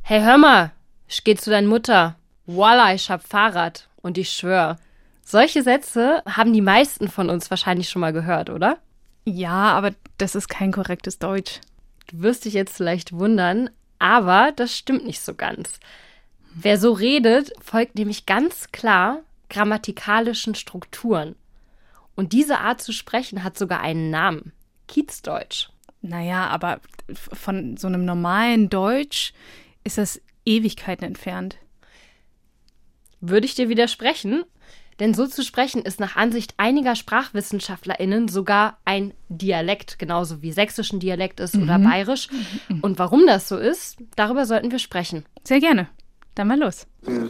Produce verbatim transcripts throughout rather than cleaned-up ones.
Hey, hör mal, ich geh zu deiner Mutter. Voila, ich hab Fahrrad. Und ich schwör, solche Sätze haben die meisten von uns wahrscheinlich schon mal gehört, oder? Ja, aber das ist kein korrektes Deutsch. Du wirst dich jetzt vielleicht wundern, aber das stimmt nicht so ganz. Wer so redet, folgt nämlich ganz klar grammatikalischen Strukturen. Und diese Art zu sprechen hat sogar einen Namen. Kiezdeutsch. Naja, aber von so einem normalen Deutsch ist das Ewigkeiten entfernt. Würde ich dir widersprechen? Denn so zu sprechen ist nach Ansicht einiger SprachwissenschaftlerInnen sogar ein Dialekt, genauso wie sächsischen Dialekt ist mhm. oder bayerisch. Mhm. Und warum das so ist, darüber sollten wir sprechen. Sehr gerne. Dann mal los.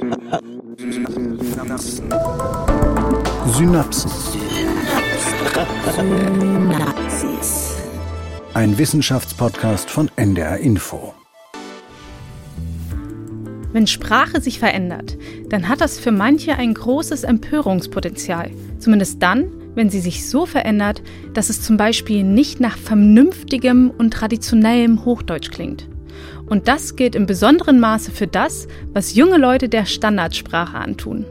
Synapsen. Ein Wissenschaftspodcast von N D R Info. Wenn Sprache sich verändert, dann hat das für manche ein großes Empörungspotenzial. Zumindest dann, wenn sie sich so verändert, dass es zum Beispiel nicht nach vernünftigem und traditionellem Hochdeutsch klingt. Und das gilt im besonderen Maße für das, was junge Leute der Standardsprache antun.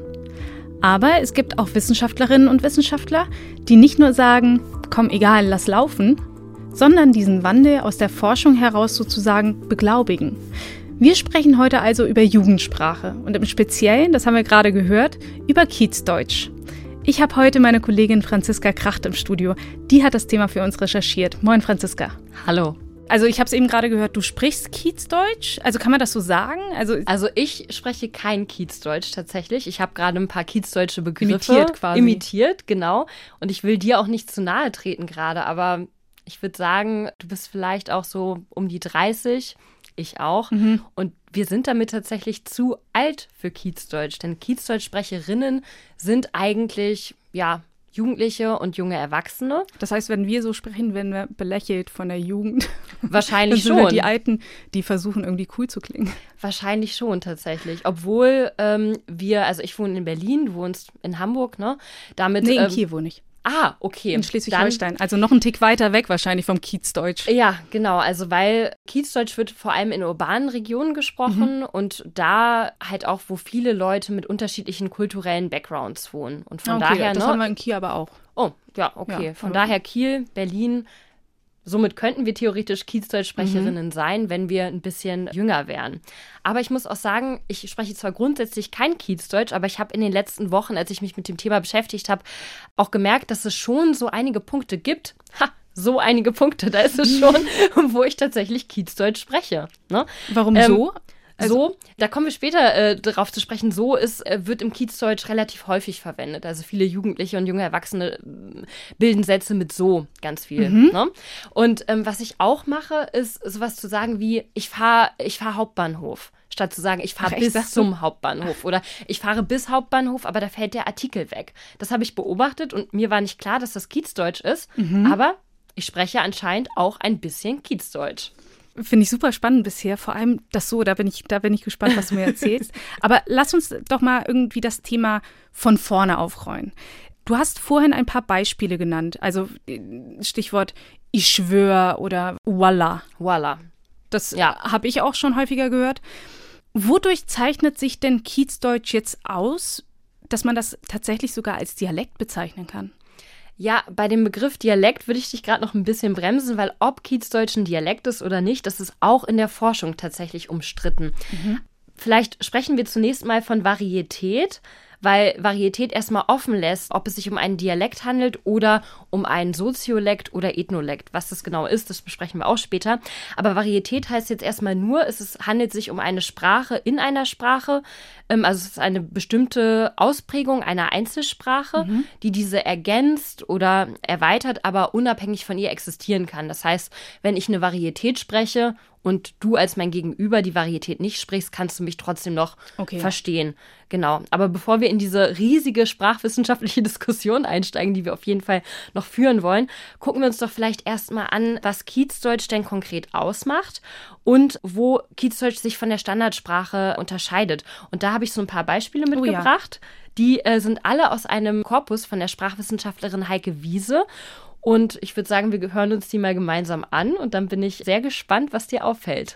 Aber es gibt auch Wissenschaftlerinnen und Wissenschaftler, die nicht nur sagen, komm egal, lass laufen, sondern diesen Wandel aus der Forschung heraus sozusagen beglaubigen. Wir sprechen heute also über Jugendsprache und im Speziellen, das haben wir gerade gehört, über Kiezdeutsch. Ich habe heute meine Kollegin Franziska Kracht im Studio. Die hat das Thema für uns recherchiert. Moin, Franziska. Hallo. Also ich habe es eben gerade gehört, du sprichst Kiezdeutsch? Also kann man das so sagen? Also, also ich spreche kein Kiezdeutsch tatsächlich. Ich habe gerade ein paar Kiezdeutsche Begriffe imitiert quasi. Imitiert, genau. Und ich will dir auch nicht zu nahe treten gerade, aber ich würde sagen, du bist vielleicht auch so um die dreißig. Ich auch. Mhm. Und wir sind damit tatsächlich zu alt für Kiezdeutsch. Denn Kiezdeutschsprecherinnen sind eigentlich, ja, Jugendliche und junge Erwachsene. Das heißt, wenn wir so sprechen, werden wir belächelt von der Jugend. Wahrscheinlich schon. schon. Wir die Alten, die versuchen irgendwie cool zu klingen. Wahrscheinlich schon tatsächlich. Obwohl ähm, wir, also ich wohne in Berlin, du wohnst in Hamburg, ne? Damit, nee, in ähm, Kiel wohne ich. Ah, okay. In Schleswig-Holstein. Also noch einen Tick weiter weg wahrscheinlich vom Kiezdeutsch. Ja, genau. Also weil Kiezdeutsch wird vor allem in urbanen Regionen gesprochen mhm. und da halt auch, wo viele Leute mit unterschiedlichen kulturellen Backgrounds wohnen. Und von okay, daher, das ne? haben wir in Kiel aber auch. Oh, ja, okay. Ja, von daher Kiel, Berlin. Somit könnten wir theoretisch Kiezdeutschsprecherinnen mhm. sein, wenn wir ein bisschen jünger wären. Aber ich muss auch sagen, ich spreche zwar grundsätzlich kein Kiezdeutsch, aber ich habe in den letzten Wochen, als ich mich mit dem Thema beschäftigt habe, auch gemerkt, dass es schon so einige Punkte gibt. Ha! So einige Punkte, da ist es schon, wo ich tatsächlich Kiezdeutsch spreche. Ne? Warum ähm, so? Also, so, da kommen wir später äh, darauf zu sprechen, so ist, äh, wird im Kiezdeutsch relativ häufig verwendet. Also viele Jugendliche und junge Erwachsene äh, bilden Sätze mit so ganz viel. Mhm. Ne? Und ähm, was ich auch mache, ist sowas zu sagen wie, ich fahre ich fahr Hauptbahnhof. Statt zu sagen, ich fahre bis echt? zum Hauptbahnhof. Oder ich fahre bis Hauptbahnhof, aber da fällt der Artikel weg. Das habe ich beobachtet und mir war nicht klar, dass das Kiezdeutsch ist. Mhm. Aber ich spreche anscheinend auch ein bisschen Kiezdeutsch. Finde ich super spannend bisher, vor allem das so, da bin ich, da bin ich gespannt, was du mir erzählst. Aber lass uns doch mal irgendwie das Thema von vorne aufrollen. Du hast vorhin ein paar Beispiele genannt, also Stichwort ich schwör oder voila. Voila. Das ja. habe ich auch schon häufiger gehört. Wodurch zeichnet sich denn Kiezdeutsch jetzt aus, dass man das tatsächlich sogar als Dialekt bezeichnen kann? Ja, bei dem Begriff Dialekt würde ich dich gerade noch ein bisschen bremsen, weil ob Kiezdeutsch ein Dialekt ist oder nicht, das ist auch in der Forschung tatsächlich umstritten. Mhm. Vielleicht sprechen wir zunächst mal von Varietät, weil Varietät erstmal offen lässt, ob es sich um einen Dialekt handelt oder um einen Soziolekt oder Ethnolekt. Was das genau ist, das besprechen wir auch später. Aber Varietät heißt jetzt erstmal nur, es ist, handelt sich um eine Sprache in einer Sprache. Ähm, also es ist eine bestimmte Ausprägung einer Einzelsprache, mhm. die diese ergänzt oder erweitert, aber unabhängig von ihr existieren kann. Das heißt, wenn ich eine Varietät spreche und du als mein Gegenüber die Varietät nicht sprichst, kannst du mich trotzdem noch okay. verstehen. Genau. Aber bevor wir in diese riesige sprachwissenschaftliche Diskussion einsteigen, die wir auf jeden Fall noch führen wollen, gucken wir uns doch vielleicht erstmal an, was Kiezdeutsch denn konkret ausmacht und wo Kiezdeutsch sich von der Standardsprache unterscheidet. Und da habe ich so ein paar Beispiele mitgebracht. Oh ja. Die äh, sind alle aus einem Korpus von der Sprachwissenschaftlerin Heike Wiese. Und ich würde sagen, wir hören uns die mal gemeinsam an und dann bin ich sehr gespannt, was dir auffällt.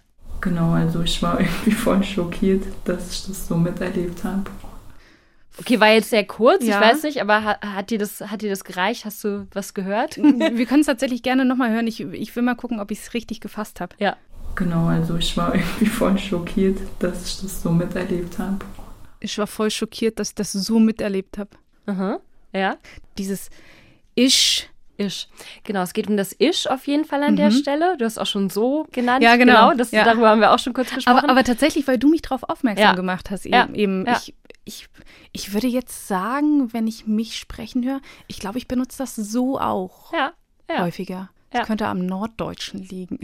Genau, also ich war irgendwie voll schockiert, dass ich das so miterlebt habe. Okay, war jetzt sehr kurz, Ja. ich weiß nicht, aber hat, hat, dir das, hat dir das gereicht? Hast du was gehört? Wir können es tatsächlich gerne nochmal hören. Ich, ich will mal gucken, ob ich es richtig gefasst habe. Ja. Genau, also ich war irgendwie voll schockiert, dass ich das so miterlebt habe. Ich war voll schockiert, dass ich das so miterlebt habe. Aha. Ja. Dieses Ich. Isch. Genau, es geht um das Isch auf jeden Fall an der Stelle. Du hast auch schon so genannt. Ja, genau. das, Ja. Darüber haben wir auch schon kurz gesprochen. Aber, aber tatsächlich, weil du mich darauf aufmerksam Ja. gemacht hast. Eben, Ja. eben Ja. Ich, ich, ich würde jetzt sagen, wenn ich mich sprechen höre, ich glaube, ich benutze das so auch ja, ja. häufiger. Das Ja. könnte am Norddeutschen liegen.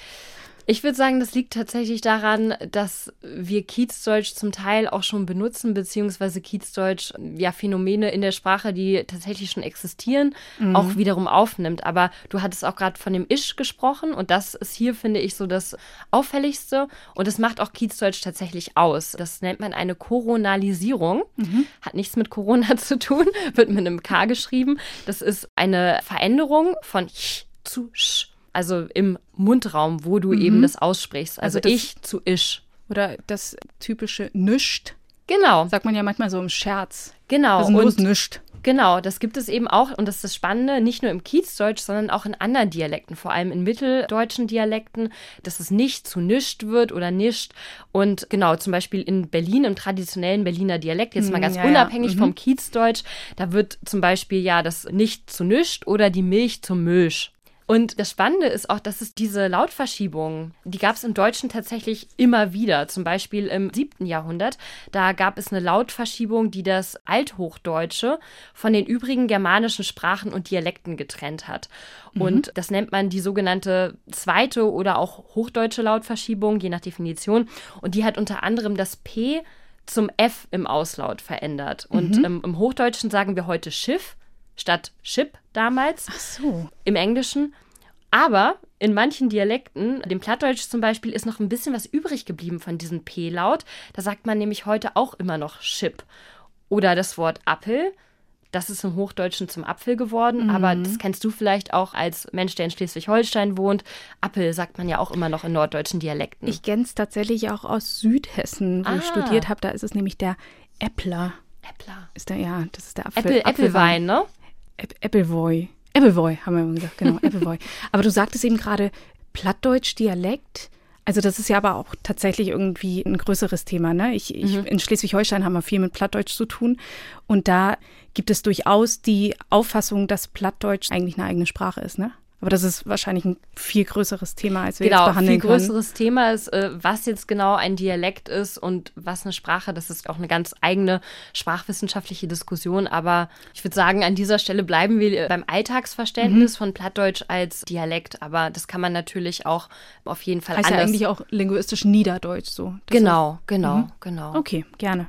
Ich würde sagen, das liegt tatsächlich daran, dass wir Kiezdeutsch zum Teil auch schon benutzen, beziehungsweise Kiezdeutsch ja Phänomene in der Sprache, die tatsächlich schon existieren, Mhm. auch wiederum aufnimmt. Aber du hattest auch gerade von dem Isch gesprochen und das ist hier, finde ich, so das Auffälligste und das macht auch Kiezdeutsch tatsächlich aus. Das nennt man eine Koronalisierung, Mhm. hat nichts mit Corona zu tun, wird mit einem K geschrieben. Das ist eine Veränderung von ch zu sch. Also im Mundraum, wo du Mhm. eben das aussprichst. Also, Also das- ich zu isch. Oder das typische Nischt. Genau, Sagt man ja manchmal so im Scherz. genau. Das ist bloß Und nischt. genau, das gibt es eben auch. Und das ist das Spannende, nicht nur im Kiezdeutsch, sondern auch in anderen Dialekten, vor allem in mitteldeutschen Dialekten, dass es nicht zu nischt wird oder nischt. Und genau, zum Beispiel in Berlin, im traditionellen Berliner Dialekt, jetzt mal Mm, ganz ja, ja. unabhängig Mhm. vom Kiezdeutsch, da wird zum Beispiel ja das nicht zu nischt oder die Milch zum Milch. Und das Spannende ist auch, dass es diese Lautverschiebungen, die gab es im Deutschen tatsächlich immer wieder. Zum Beispiel im siebten Jahrhundert, da gab es eine Lautverschiebung, die das Althochdeutsche von den übrigen germanischen Sprachen und Dialekten getrennt hat. Und das nennt man die sogenannte zweite oder auch hochdeutsche Lautverschiebung, je nach Definition. Und die hat unter anderem das P zum F im Auslaut verändert. Und ähm, im Hochdeutschen sagen wir heute Schiff statt Ship damals. Ach so. Im Englischen. Aber in manchen Dialekten, dem Plattdeutsch zum Beispiel, ist noch ein bisschen was übrig geblieben von diesem P-Laut. Da sagt man nämlich heute auch immer noch Chip. Oder das Wort Appel. Das ist im Hochdeutschen zum Apfel geworden. Aber das kennst du vielleicht auch als Mensch, der in Schleswig-Holstein wohnt. Appel sagt man ja auch immer noch in norddeutschen Dialekten. Ich kenne es tatsächlich auch aus Südhessen, wo Ah. ich studiert habe. Da ist es nämlich der Äppler. Äppler. Ist der, ja, das ist der Apfel. Äppel, Äppelwein, ne? Äpp- Äppelwoi. Äppelwoi, haben wir immer gesagt, genau, Äppelwoi. Aber du sagtest eben gerade Plattdeutsch, Dialekt. Also das ist ja aber auch tatsächlich irgendwie ein größeres Thema, ne? Ich, ich, in Schleswig-Holstein haben wir viel mit Plattdeutsch zu tun. Und da gibt es durchaus die Auffassung, dass Plattdeutsch eigentlich eine eigene Sprache ist, ne? Aber das ist wahrscheinlich ein viel größeres Thema, als wir Genau, jetzt behandeln viel können. größeres Thema ist, äh, was jetzt genau ein Dialekt ist und was eine Sprache. Das ist auch eine ganz eigene sprachwissenschaftliche Diskussion. Aber ich würde sagen, an dieser Stelle bleiben wir beim Alltagsverständnis Mhm. von Plattdeutsch als Dialekt. Aber das kann man natürlich auch auf jeden Fall Heißt ja anders. eigentlich auch linguistisch Niederdeutsch so. Das genau, genau, Mhm. genau. Okay, gerne.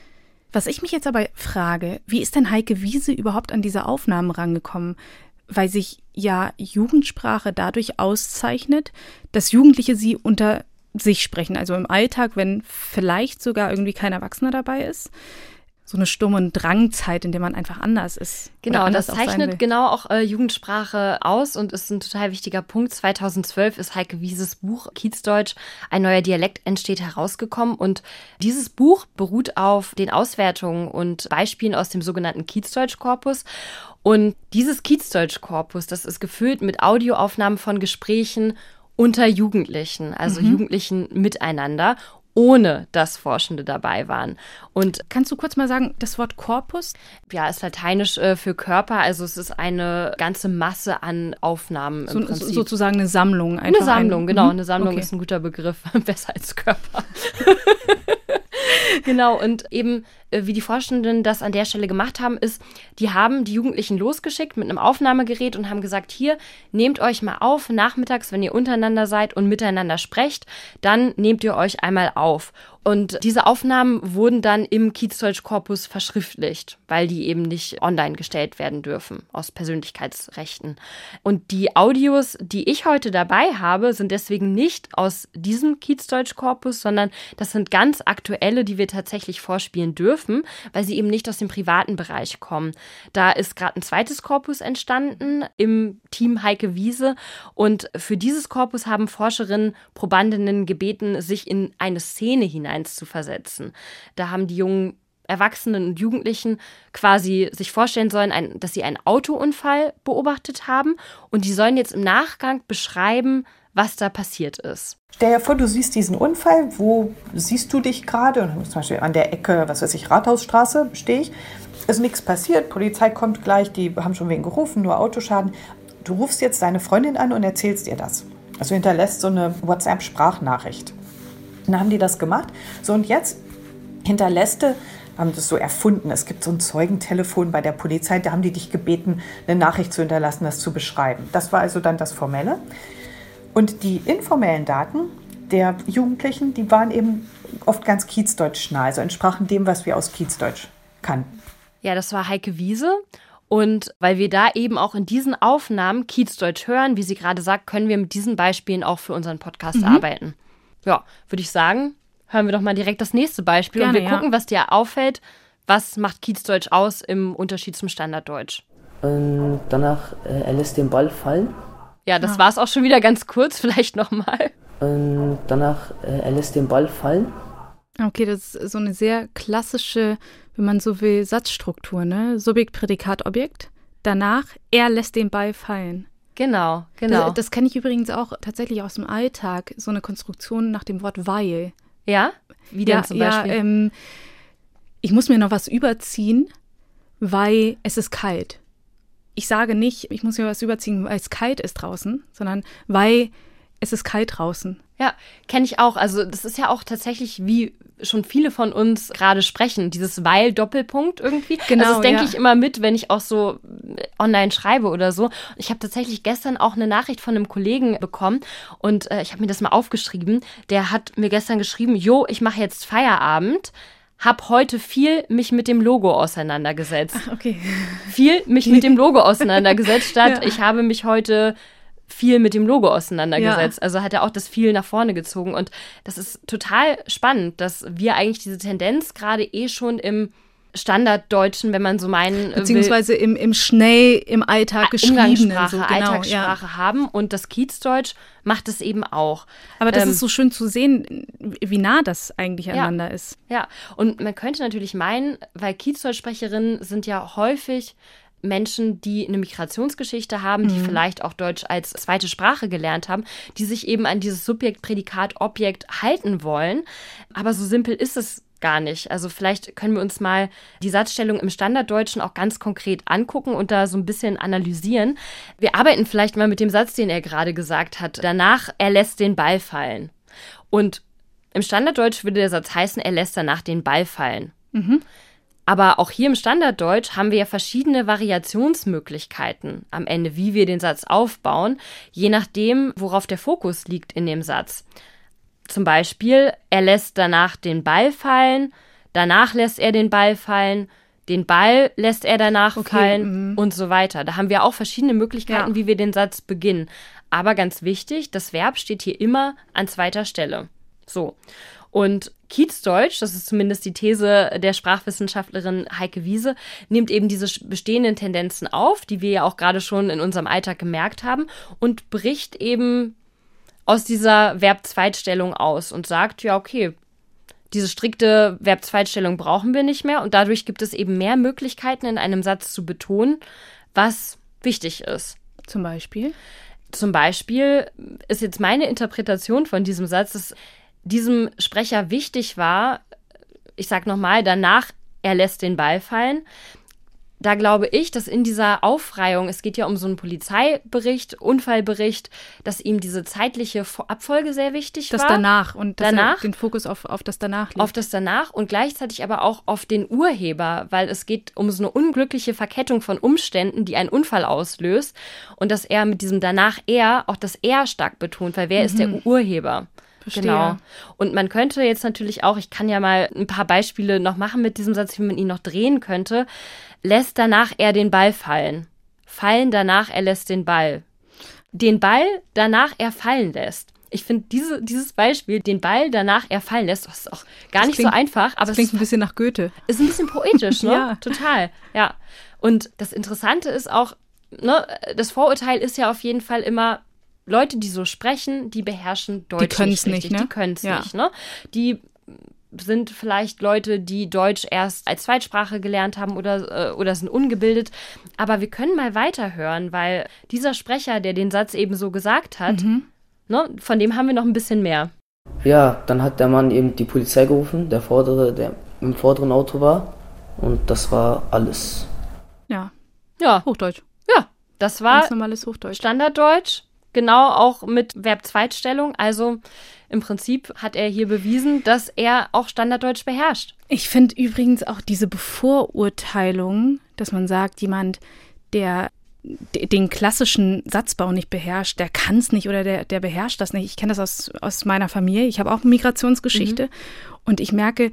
Was ich mich jetzt aber frage, wie ist denn Heike Wiese überhaupt an diese Aufnahmen rangekommen? Weil sich ja Jugendsprache dadurch auszeichnet, dass Jugendliche sie unter sich sprechen. Also im Alltag, wenn vielleicht sogar irgendwie kein Erwachsener dabei ist. So eine Sturm- und Drangzeit, in der man einfach anders ist. Genau, oder anders das auch sein will. zeichnet genau auch äh, Jugendsprache aus und ist ein total wichtiger Punkt. zweitausendzwölf ist Heike Wieses Buch Kiezdeutsch, ein neuer Dialekt entsteht, herausgekommen. Und dieses Buch beruht auf den Auswertungen und Beispielen aus dem sogenannten Kiezdeutsch-Korpus. Und dieses Kiezdeutsch-Korpus, das ist gefüllt mit Audioaufnahmen von Gesprächen unter Jugendlichen, also Mhm. Jugendlichen miteinander, ohne dass Forschende dabei waren. Und Kannst du kurz mal sagen, das Wort Korpus? ja, ist lateinisch äh, für Körper, also es ist eine ganze Masse an Aufnahmen im So, Prinzip. sozusagen eine Sammlung. Einfach Eine Sammlung, ein, genau. Mhm. Eine Sammlung Okay. ist ein guter Begriff, besser als Körper. Genau, und eben, äh, wie die Forschenden das an der Stelle gemacht haben, ist, die haben die Jugendlichen losgeschickt mit einem Aufnahmegerät und haben gesagt, hier, nehmt euch mal auf, nachmittags, wenn ihr untereinander seid und miteinander sprecht, dann nehmt ihr euch einmal auf. Und diese Aufnahmen wurden dann im Kiezdeutsch-Korpus verschriftlicht, weil die eben nicht online gestellt werden dürfen, aus Persönlichkeitsrechten. Und die Audios, die ich heute dabei habe, sind deswegen nicht aus diesem Kiezdeutsch-Korpus, sondern das sind ganz aktuelle, die wir tatsächlich vorspielen dürfen, weil sie eben nicht aus dem privaten Bereich kommen. Da ist gerade ein zweites Korpus entstanden im Team Heike Wiese. Und für dieses Korpus haben Forscherinnen Probandinnen gebeten, sich in eine Szene hinein zu versetzen. Da haben die jungen Erwachsenen und Jugendlichen quasi sich vorstellen sollen, ein, dass sie einen Autounfall beobachtet haben und die sollen jetzt im Nachgang beschreiben, was da passiert ist. Stell dir vor, du siehst diesen Unfall, wo siehst du dich gerade? Und zum Beispiel an der Ecke, was weiß ich, Rathausstraße stehe ich. Ist nichts passiert, Polizei kommt gleich, die haben schon wen gerufen, nur Autoschaden. Du rufst jetzt deine Freundin an und erzählst ihr das. Also hinterlässt so eine WhatsApp-Sprachnachricht. Dann haben die das gemacht. So, und jetzt hinterlässt du, haben das so erfunden. Es gibt so ein Zeugentelefon bei der Polizei, da haben die dich gebeten, eine Nachricht zu hinterlassen, das zu beschreiben. Das war also dann das Formelle. Und die informellen Daten der Jugendlichen, die waren eben oft ganz kiezdeutsch-nah, also entsprachen dem, was wir aus Kiezdeutsch kannten. Ja, das war Heike Wiese. Und weil wir da eben auch in diesen Aufnahmen Kiezdeutsch hören, wie sie gerade sagt, können wir mit diesen Beispielen auch für unseren Podcast mhm. arbeiten. Ja, würde ich sagen, hören wir doch mal direkt das nächste Beispiel. Gerne, und wir gucken, ja. was dir auffällt. Was macht Kiezdeutsch aus im Unterschied zum Standarddeutsch? Und danach, äh, er lässt den Ball fallen. Ja, das ja. war es auch schon wieder ganz kurz, vielleicht nochmal. Und danach, äh, er lässt den Ball fallen. Okay, das ist so eine sehr klassische, wenn man so will, Satzstruktur, ne? Subjekt, Prädikat, Objekt. Danach, er lässt den Ball fallen. Genau, genau. Das, das kenne ich übrigens auch tatsächlich aus dem Alltag, so eine Konstruktion nach dem Wort weil. Ja? Wie denn ja, zum Beispiel? Ja, ähm, ich muss mir noch was überziehen, weil es ist kalt. Ich sage nicht, ich muss mir was überziehen, weil es kalt ist draußen, sondern weil es ist kalt draußen. Ja, kenne ich auch. Also das ist ja auch tatsächlich, wie schon viele von uns gerade sprechen, dieses Weil-Doppelpunkt irgendwie. Genau, also das denke ja. ich immer mit, wenn ich auch so online schreibe oder so. Ich habe tatsächlich gestern auch eine Nachricht von einem Kollegen bekommen und äh, ich habe mir das mal aufgeschrieben. Der hat mir gestern geschrieben, jo, ich mache jetzt Feierabend. Hab heute viel mich mit dem Logo auseinandergesetzt. Ach, okay. Viel mich mit dem Logo auseinandergesetzt, statt ja. ich habe mich heute viel mit dem Logo auseinandergesetzt. Ja. Also hat er auch das viel nach vorne gezogen. Und das ist total spannend, dass wir eigentlich diese Tendenz gerade eh schon im Standarddeutschen, wenn man so meinen will, beziehungsweise im, im schnell im Alltag geschriebenen Umgangssprache, so, genau, Alltagssprache ja. haben. Und das Kiezdeutsch macht es eben auch. Aber das ähm, ist so schön zu sehen, wie nah das eigentlich aneinander ja, ist. Ja, und man könnte natürlich meinen, weil Kiezdeutschsprecherinnen sind ja häufig Menschen, die eine Migrationsgeschichte haben, die mhm. vielleicht auch Deutsch als zweite Sprache gelernt haben, die sich eben an dieses Subjekt, Prädikat, Objekt halten wollen. Aber so simpel ist es gar nicht. Also vielleicht können wir uns mal die Satzstellung im Standarddeutschen auch ganz konkret angucken und da so ein bisschen analysieren. Wir arbeiten vielleicht mal mit dem Satz, den er gerade gesagt hat. Danach, er lässt den Ball fallen. Und im Standarddeutsch würde der Satz heißen, er lässt danach den Ball fallen. Mhm. Aber auch hier im Standarddeutsch haben wir ja verschiedene Variationsmöglichkeiten am Ende, wie wir den Satz aufbauen, je nachdem, worauf der Fokus liegt in dem Satz. Zum Beispiel, er lässt danach den Ball fallen, danach lässt er den Ball fallen, den Ball lässt er danach okay, fallen mh. und so weiter. Da haben wir auch verschiedene Möglichkeiten, ja. wie wir den Satz beginnen. Aber ganz wichtig, das Verb steht hier immer an zweiter Stelle. So. Und Kiezdeutsch, das ist zumindest die These der Sprachwissenschaftlerin Heike Wiese, nimmt eben diese bestehenden Tendenzen auf, die wir ja auch gerade schon in unserem Alltag gemerkt haben, und bricht eben aus dieser Verb-Zweitstellung aus und sagt, ja, okay, diese strikte Verb-Zweitstellung brauchen wir nicht mehr und dadurch gibt es eben mehr Möglichkeiten, in einem Satz zu betonen, was wichtig ist. Zum Beispiel? Zum Beispiel ist jetzt meine Interpretation von diesem Satz, dass diesem Sprecher wichtig war, ich sag nochmal, danach, er lässt den Ball fallen. Da glaube ich, dass in dieser Aufreihung, es geht ja um so einen Polizeibericht, Unfallbericht, dass ihm diese zeitliche Abfolge sehr wichtig das war. Das danach und dass danach, er den Fokus auf, auf das danach legt. Auf das danach und gleichzeitig aber auch auf den Urheber, weil es geht um so eine unglückliche Verkettung von Umständen, die einen Unfall auslöst und dass er mit diesem danach er auch das er stark betont, weil wer mhm. ist der Urheber? Verstehe. Genau. Und man könnte jetzt natürlich auch, ich kann ja mal ein paar Beispiele noch machen mit diesem Satz, wie man ihn noch drehen könnte. Lässt danach er den Ball fallen. Fallen danach er lässt den Ball. Den Ball danach er fallen lässt. Ich finde diese, dieses Beispiel, den Ball danach er fallen lässt, das ist auch gar das nicht klingt, so einfach. Aber das klingt es ein bisschen nach Goethe. Ist ein bisschen poetisch, ne? Ja. Total, ja. Und das Interessante ist auch, ne, das Vorurteil ist ja auf jeden Fall immer, Leute, die so sprechen, die beherrschen Deutsch die können's nicht richtig. Nicht, ne? Die können es ja. nicht, ne? Die sind vielleicht Leute, die Deutsch erst als Zweitsprache gelernt haben oder, äh, oder sind ungebildet. Aber wir können mal weiterhören, weil dieser Sprecher, der den Satz eben so gesagt hat, Mhm. ne, von dem haben wir noch ein bisschen mehr. Ja, dann hat der Mann eben die Polizei gerufen, der vordere, der im vorderen Auto war. Und das war alles. Ja, Ja, Hochdeutsch. ja, das war Ganz normales Hochdeutsch. Standarddeutsch, genau auch mit Verb-Zweitstellung. Also im Prinzip hat er hier bewiesen, dass er auch Standarddeutsch beherrscht. Ich finde übrigens auch diese Bevorurteilung, dass man sagt, jemand, der d- den klassischen Satzbau nicht beherrscht, der kann es nicht oder der, der beherrscht das nicht. Ich kenne das aus, aus meiner Familie. Ich habe auch Migrationsgeschichte. Mhm. Und ich merke,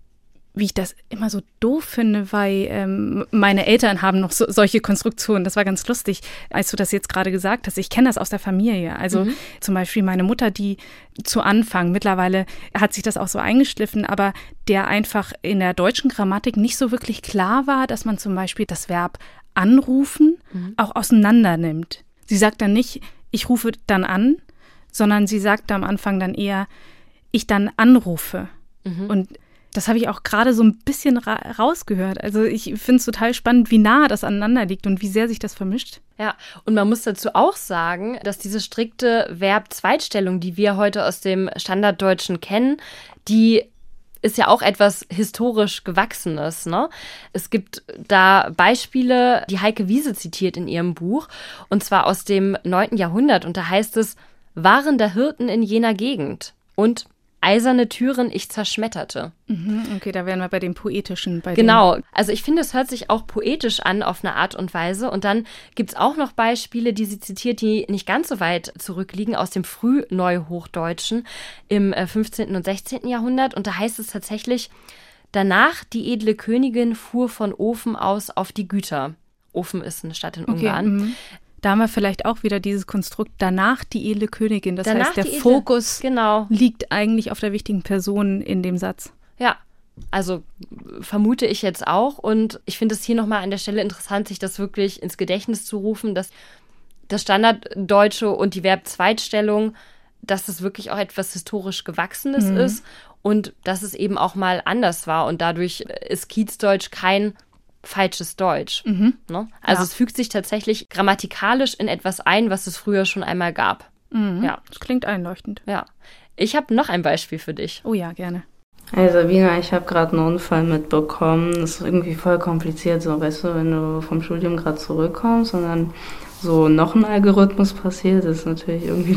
wie ich das immer so doof finde, weil ähm, meine Eltern haben noch so, solche Konstruktionen. Das war ganz lustig, als du das jetzt gerade gesagt hast. Ich kenne das aus der Familie. Also mhm. zum Beispiel meine Mutter, die zu Anfang, mittlerweile hat sich das auch so eingeschliffen, aber der einfach in der deutschen Grammatik nicht so wirklich klar war, dass man zum Beispiel das Verb anrufen mhm. auch auseinander nimmt. Sie sagt dann nicht, ich rufe dann an, sondern sie sagt am Anfang dann eher, ich dann anrufe. Mhm. Und das habe ich auch gerade so ein bisschen ra- rausgehört. Also ich finde es total spannend, wie nah das aneinander liegt und wie sehr sich das vermischt. Ja, und man muss dazu auch sagen, dass diese strikte Verb-Zweitstellung, die wir heute aus dem Standarddeutschen kennen, die ist ja auch etwas historisch Gewachsenes, ne? Es gibt da Beispiele, die Heike Wiese zitiert in ihrem Buch, und zwar aus dem neunten Jahrhundert. Und da heißt es, waren da Hirten in jener Gegend und eiserne Türen ich zerschmetterte. Mhm, okay, da wären wir bei dem Poetischen. Bei genau, also ich finde, es hört sich auch poetisch an auf eine Art und Weise. Und dann gibt es auch noch Beispiele, die sie zitiert, die nicht ganz so weit zurückliegen, aus dem Frühneuhochdeutschen im fünfzehnten und sechzehnten Jahrhundert. Und da heißt es tatsächlich, danach die edle Königin fuhr von Ofen aus auf die Güter. Ofen ist eine Stadt in okay, Ungarn. Mhm. Da haben wir vielleicht auch wieder dieses Konstrukt, danach die edle Königin. Das danach heißt, der edle, Fokus genau. liegt eigentlich auf der wichtigen Person in dem Satz. Ja, also vermute ich jetzt auch. Und ich finde es hier nochmal an der Stelle interessant, sich das wirklich ins Gedächtnis zu rufen, dass das Standarddeutsche und die Verb-Zweitstellung, dass das wirklich auch etwas historisch Gewachsenes mhm. ist und dass es eben auch mal anders war. Und dadurch ist Kiezdeutsch kein falsches Deutsch. Mhm. Ne? Also ja. es fügt sich tatsächlich grammatikalisch in etwas ein, was es früher schon einmal gab. Mhm. Ja. Das klingt einleuchtend. Ja. Ich habe noch ein Beispiel für dich. Oh ja, gerne. Hey Sabina, ich habe gerade einen Unfall mitbekommen. Das ist irgendwie voll kompliziert, so, weißt du, wenn du vom Studium gerade zurückkommst und dann so noch ein Algorithmus passiert, das ist natürlich irgendwie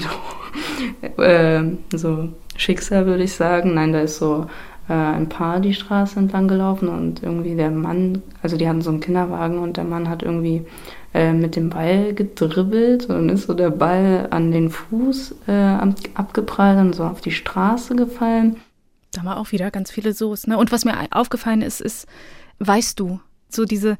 doch, äh, so Schicksal, würde ich sagen. Nein, da ist so äh, ein Paar die Straße entlang gelaufen und irgendwie der Mann, also die hatten so einen Kinderwagen und der Mann hat irgendwie äh, mit dem Ball gedribbelt und dann ist so der Ball an den Fuß äh, abgeprallt und so auf die Straße gefallen. Da haben wir auch wieder ganz viele So's, ne? Und was mir aufgefallen ist, ist, weißt du, so diese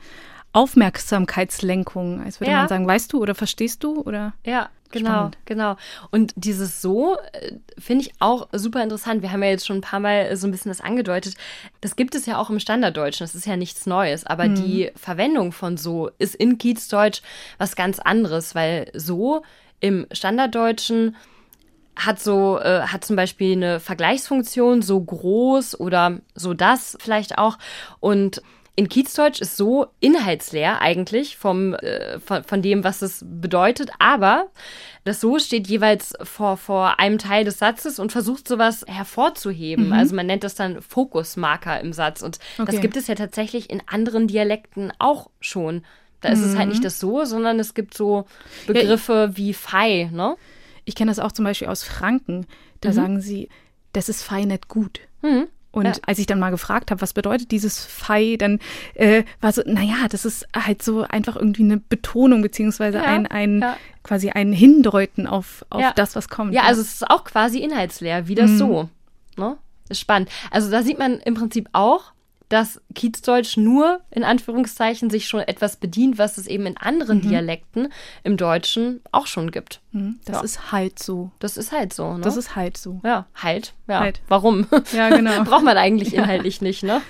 Aufmerksamkeitslenkung, als würde ja. man sagen, weißt du oder verstehst du oder? Ja, genau, Spannend. genau. Und dieses So äh, finde ich auch super interessant. Wir haben ja jetzt schon ein paar Mal so ein bisschen das angedeutet. Das gibt es ja auch im Standarddeutschen. Das ist ja nichts Neues. Aber mhm. die Verwendung von So ist in Kiezdeutsch was ganz anderes, weil So im Standarddeutschen hat so, äh, hat zum Beispiel eine Vergleichsfunktion, so groß oder so das vielleicht auch. Und in Kiezdeutsch ist So inhaltsleer eigentlich vom, äh, von, von dem, was es bedeutet. Aber das So steht jeweils vor, vor einem Teil des Satzes und versucht sowas hervorzuheben. Mhm. Also man nennt das dann Fokusmarker im Satz. Und okay. das gibt es ja tatsächlich in anderen Dialekten auch schon. Da ist mhm. es halt nicht das So, sondern es gibt so Begriffe ja, wie Fei, ne? Ich kenne das auch zum Beispiel aus Franken. Da mhm. sagen sie, das ist fei nicht gut. Mhm. Und Ja. als ich dann mal gefragt habe, was bedeutet dieses Fei, dann äh, war so, naja, das ist halt so einfach irgendwie eine Betonung, beziehungsweise Ja, ein, ein ja. quasi ein Hindeuten auf, auf Ja. das, was kommt. Ja, also es ist auch quasi inhaltsleer, wie das Mhm. so. Ne? Ist spannend. Also da sieht man im Prinzip auch, dass Kiezdeutsch nur in Anführungszeichen sich schon etwas bedient, was es eben in anderen Mhm. Dialekten im Deutschen auch schon gibt. Mhm, das Ja. ist halt so. Das ist halt so. Ne? Das ist halt so. ja, halt. Ja. Halt. Warum? Ja, genau. Braucht man eigentlich inhaltlich nicht, ne?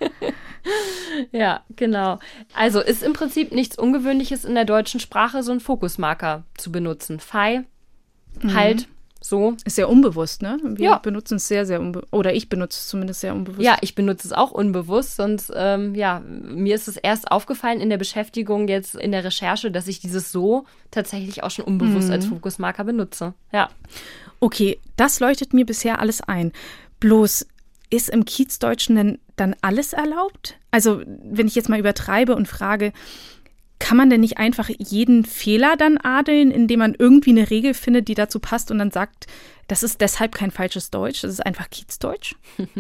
Ja, genau. Also ist im Prinzip nichts Ungewöhnliches in der deutschen Sprache, so einen Fokusmarker zu benutzen. Fei, halt, so. Ist sehr unbewusst, ne? Wir Ja. benutzen es sehr, sehr unbewusst. Oder ich benutze es zumindest sehr unbewusst. Ja, ich benutze es auch unbewusst, sonst, ähm, ja, mir ist es erst aufgefallen in der Beschäftigung, jetzt in der Recherche, dass ich dieses so tatsächlich auch schon unbewusst Mhm. als Fokusmarker benutze. Ja. Okay, das leuchtet mir bisher alles ein. Bloß, ist im Kiezdeutschen denn dann alles erlaubt? Also, wenn ich jetzt mal übertreibe und frage, kann man denn nicht einfach jeden Fehler dann adeln, indem man irgendwie eine Regel findet, die dazu passt und dann sagt, das ist deshalb kein falsches Deutsch, das ist einfach Kiezdeutsch?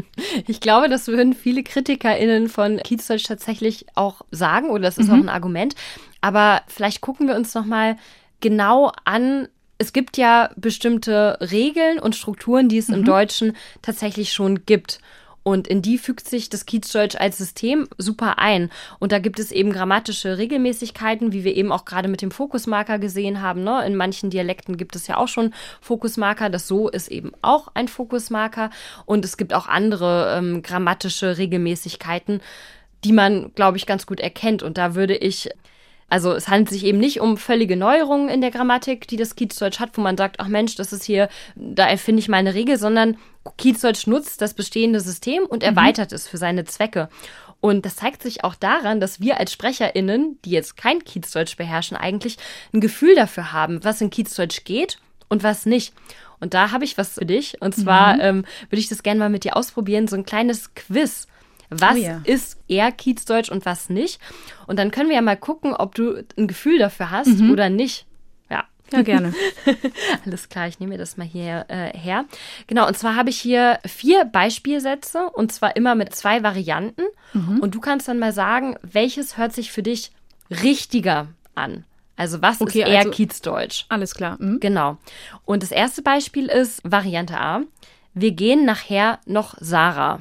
Ich glaube, das würden viele KritikerInnen von Kiezdeutsch tatsächlich auch sagen, oder das ist Mhm. auch ein Argument. Aber vielleicht gucken wir uns noch mal genau an. Es gibt ja bestimmte Regeln und Strukturen, die es im Deutschen tatsächlich schon gibt. Und in die fügt sich das Kiezdeutsch als System super ein. Und da gibt es eben grammatische Regelmäßigkeiten, wie wir eben auch gerade mit dem Fokusmarker gesehen haben. Ne? In manchen Dialekten gibt es ja auch schon Fokusmarker. Das So ist eben auch ein Fokusmarker. Und es gibt auch andere ähm, grammatische Regelmäßigkeiten, die man, glaube ich, ganz gut erkennt. Und da würde ich... Also es handelt sich eben nicht um völlige Neuerungen in der Grammatik, die das Kiezdeutsch hat, wo man sagt, ach Mensch, das ist hier, da erfinde ich mal eine Regel, sondern Kiezdeutsch nutzt das bestehende System und erweitert es für seine Zwecke. Und das zeigt sich auch daran, dass wir als SprecherInnen, die jetzt kein Kiezdeutsch beherrschen, eigentlich ein Gefühl dafür haben, was in Kiezdeutsch geht und was nicht. Und da habe ich was für dich. Und zwar Mhm. ähm, würde ich das gerne mal mit dir ausprobieren, so ein kleines Quiz. Was Oh ja. ist eher Kiezdeutsch und was nicht? Und dann können wir ja mal gucken, ob du ein Gefühl dafür hast Mhm. oder nicht. Ja. Ja, gerne. Alles klar, ich nehme mir das mal hier äh, her. Genau, und zwar habe ich hier vier Beispielsätze und zwar immer mit zwei Varianten. Mhm. Und du kannst dann mal sagen, welches hört sich für dich richtiger an? Also was Okay, ist eher also- Kiezdeutsch? Alles klar. Mhm. Genau. Und das erste Beispiel ist Variante A. Wir gehen nachher noch Sarah.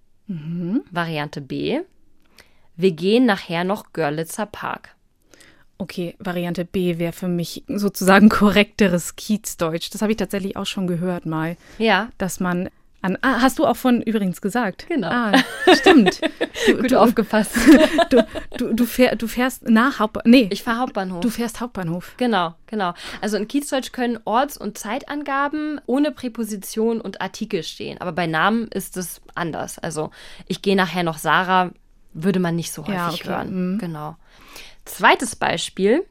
Mhm. Variante B. Wir gehen nachher noch Görlitzer Park. Okay, Variante B wäre für mich sozusagen korrekteres Kiezdeutsch. Das habe ich tatsächlich auch schon gehört mal, Ja, dass man an. Ah, hast du auch von übrigens gesagt? Genau. Ah, stimmt. Du, gut du, aufgepasst. du, du, du, fähr, du fährst nach Hauptbahnhof. Nee, Ich fahre Hauptbahnhof. du fährst Hauptbahnhof. Genau, genau. Also in Kiezdeutsch können Orts- und Zeitangaben ohne Präposition und Artikel stehen. Aber bei Namen ist es anders. Also ich gehe nachher noch Sarah, würde man nicht so häufig Ja, okay. hören. Mhm. Genau. Zweites Beispiel.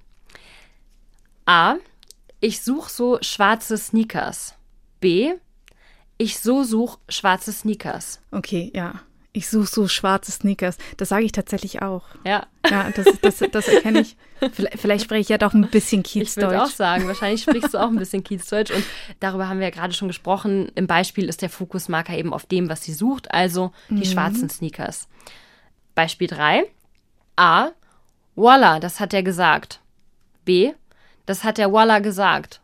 A. Ich suche so schwarze Sneakers. B. Ich so suche schwarze Sneakers. Okay, ja. Ich suche so schwarze Sneakers. Das sage ich tatsächlich auch. Ja, Ja, das, das, das erkenne ich. Vielleicht, vielleicht spreche ich ja doch ein bisschen ich würde auch Kiezdeutsch. sagen, wahrscheinlich sprichst du auch ein bisschen Kiezdeutsch. Und darüber haben wir ja gerade schon gesprochen. Im Beispiel ist der Fokusmarker eben auf dem, was sie sucht, also die schwarzen Sneakers. Beispiel drei. A. Voila, das hat er gesagt. B. Das hat der Voila gesagt.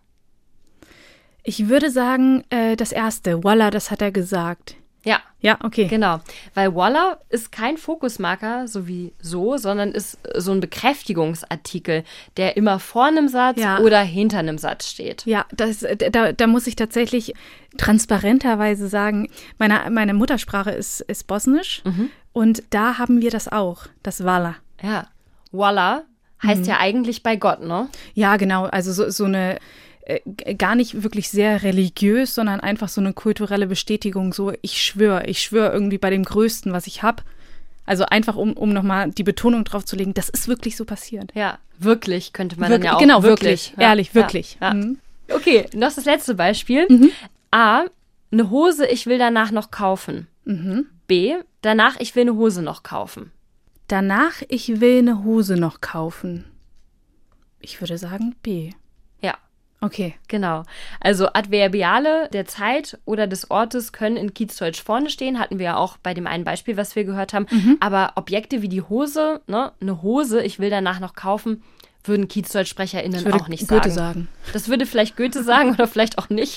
Ich würde sagen, äh, das erste. Voila, das hat er gesagt. Ja, Ja, okay. genau. Weil Voila ist kein Fokusmarker, so wie so, sondern ist so ein Bekräftigungsartikel, der immer vor einem Satz Ja. oder hinter einem Satz steht. Ja, das, da, da muss ich tatsächlich transparenterweise sagen, meine, meine Muttersprache ist, ist Bosnisch und da haben wir das auch, das Voila. Ja. Voila heißt ja eigentlich bei Gott, ne? Ja, genau, also so, so eine, äh, g- gar nicht wirklich sehr religiös, sondern einfach so eine kulturelle Bestätigung, so ich schwöre, ich schwöre irgendwie bei dem Größten, was ich habe. Also einfach, um, um nochmal die Betonung drauf zu legen, das ist wirklich so passiert. Ja, wirklich könnte man Wirklich, dann ja auch. genau, wirklich, Ja, ehrlich, ja, wirklich. Ja. Mhm. Okay, noch das letzte Beispiel. A, eine Hose, ich will danach noch kaufen. Mhm. B, danach, ich will eine Hose noch kaufen. Danach, ich will eine Hose noch kaufen. Ich würde sagen B. Ja. Okay. Genau. Also Adverbiale der Zeit oder des Ortes können in Kiezdeutsch vorne stehen, hatten wir ja auch bei dem einen Beispiel, was wir gehört haben. Mhm. Aber Objekte wie die Hose, ne, eine Hose, ich will danach noch kaufen, würden KiezdeutschsprecherInnen auch nicht Goethe sagen. sagen. Das würde vielleicht Goethe sagen oder vielleicht auch nicht,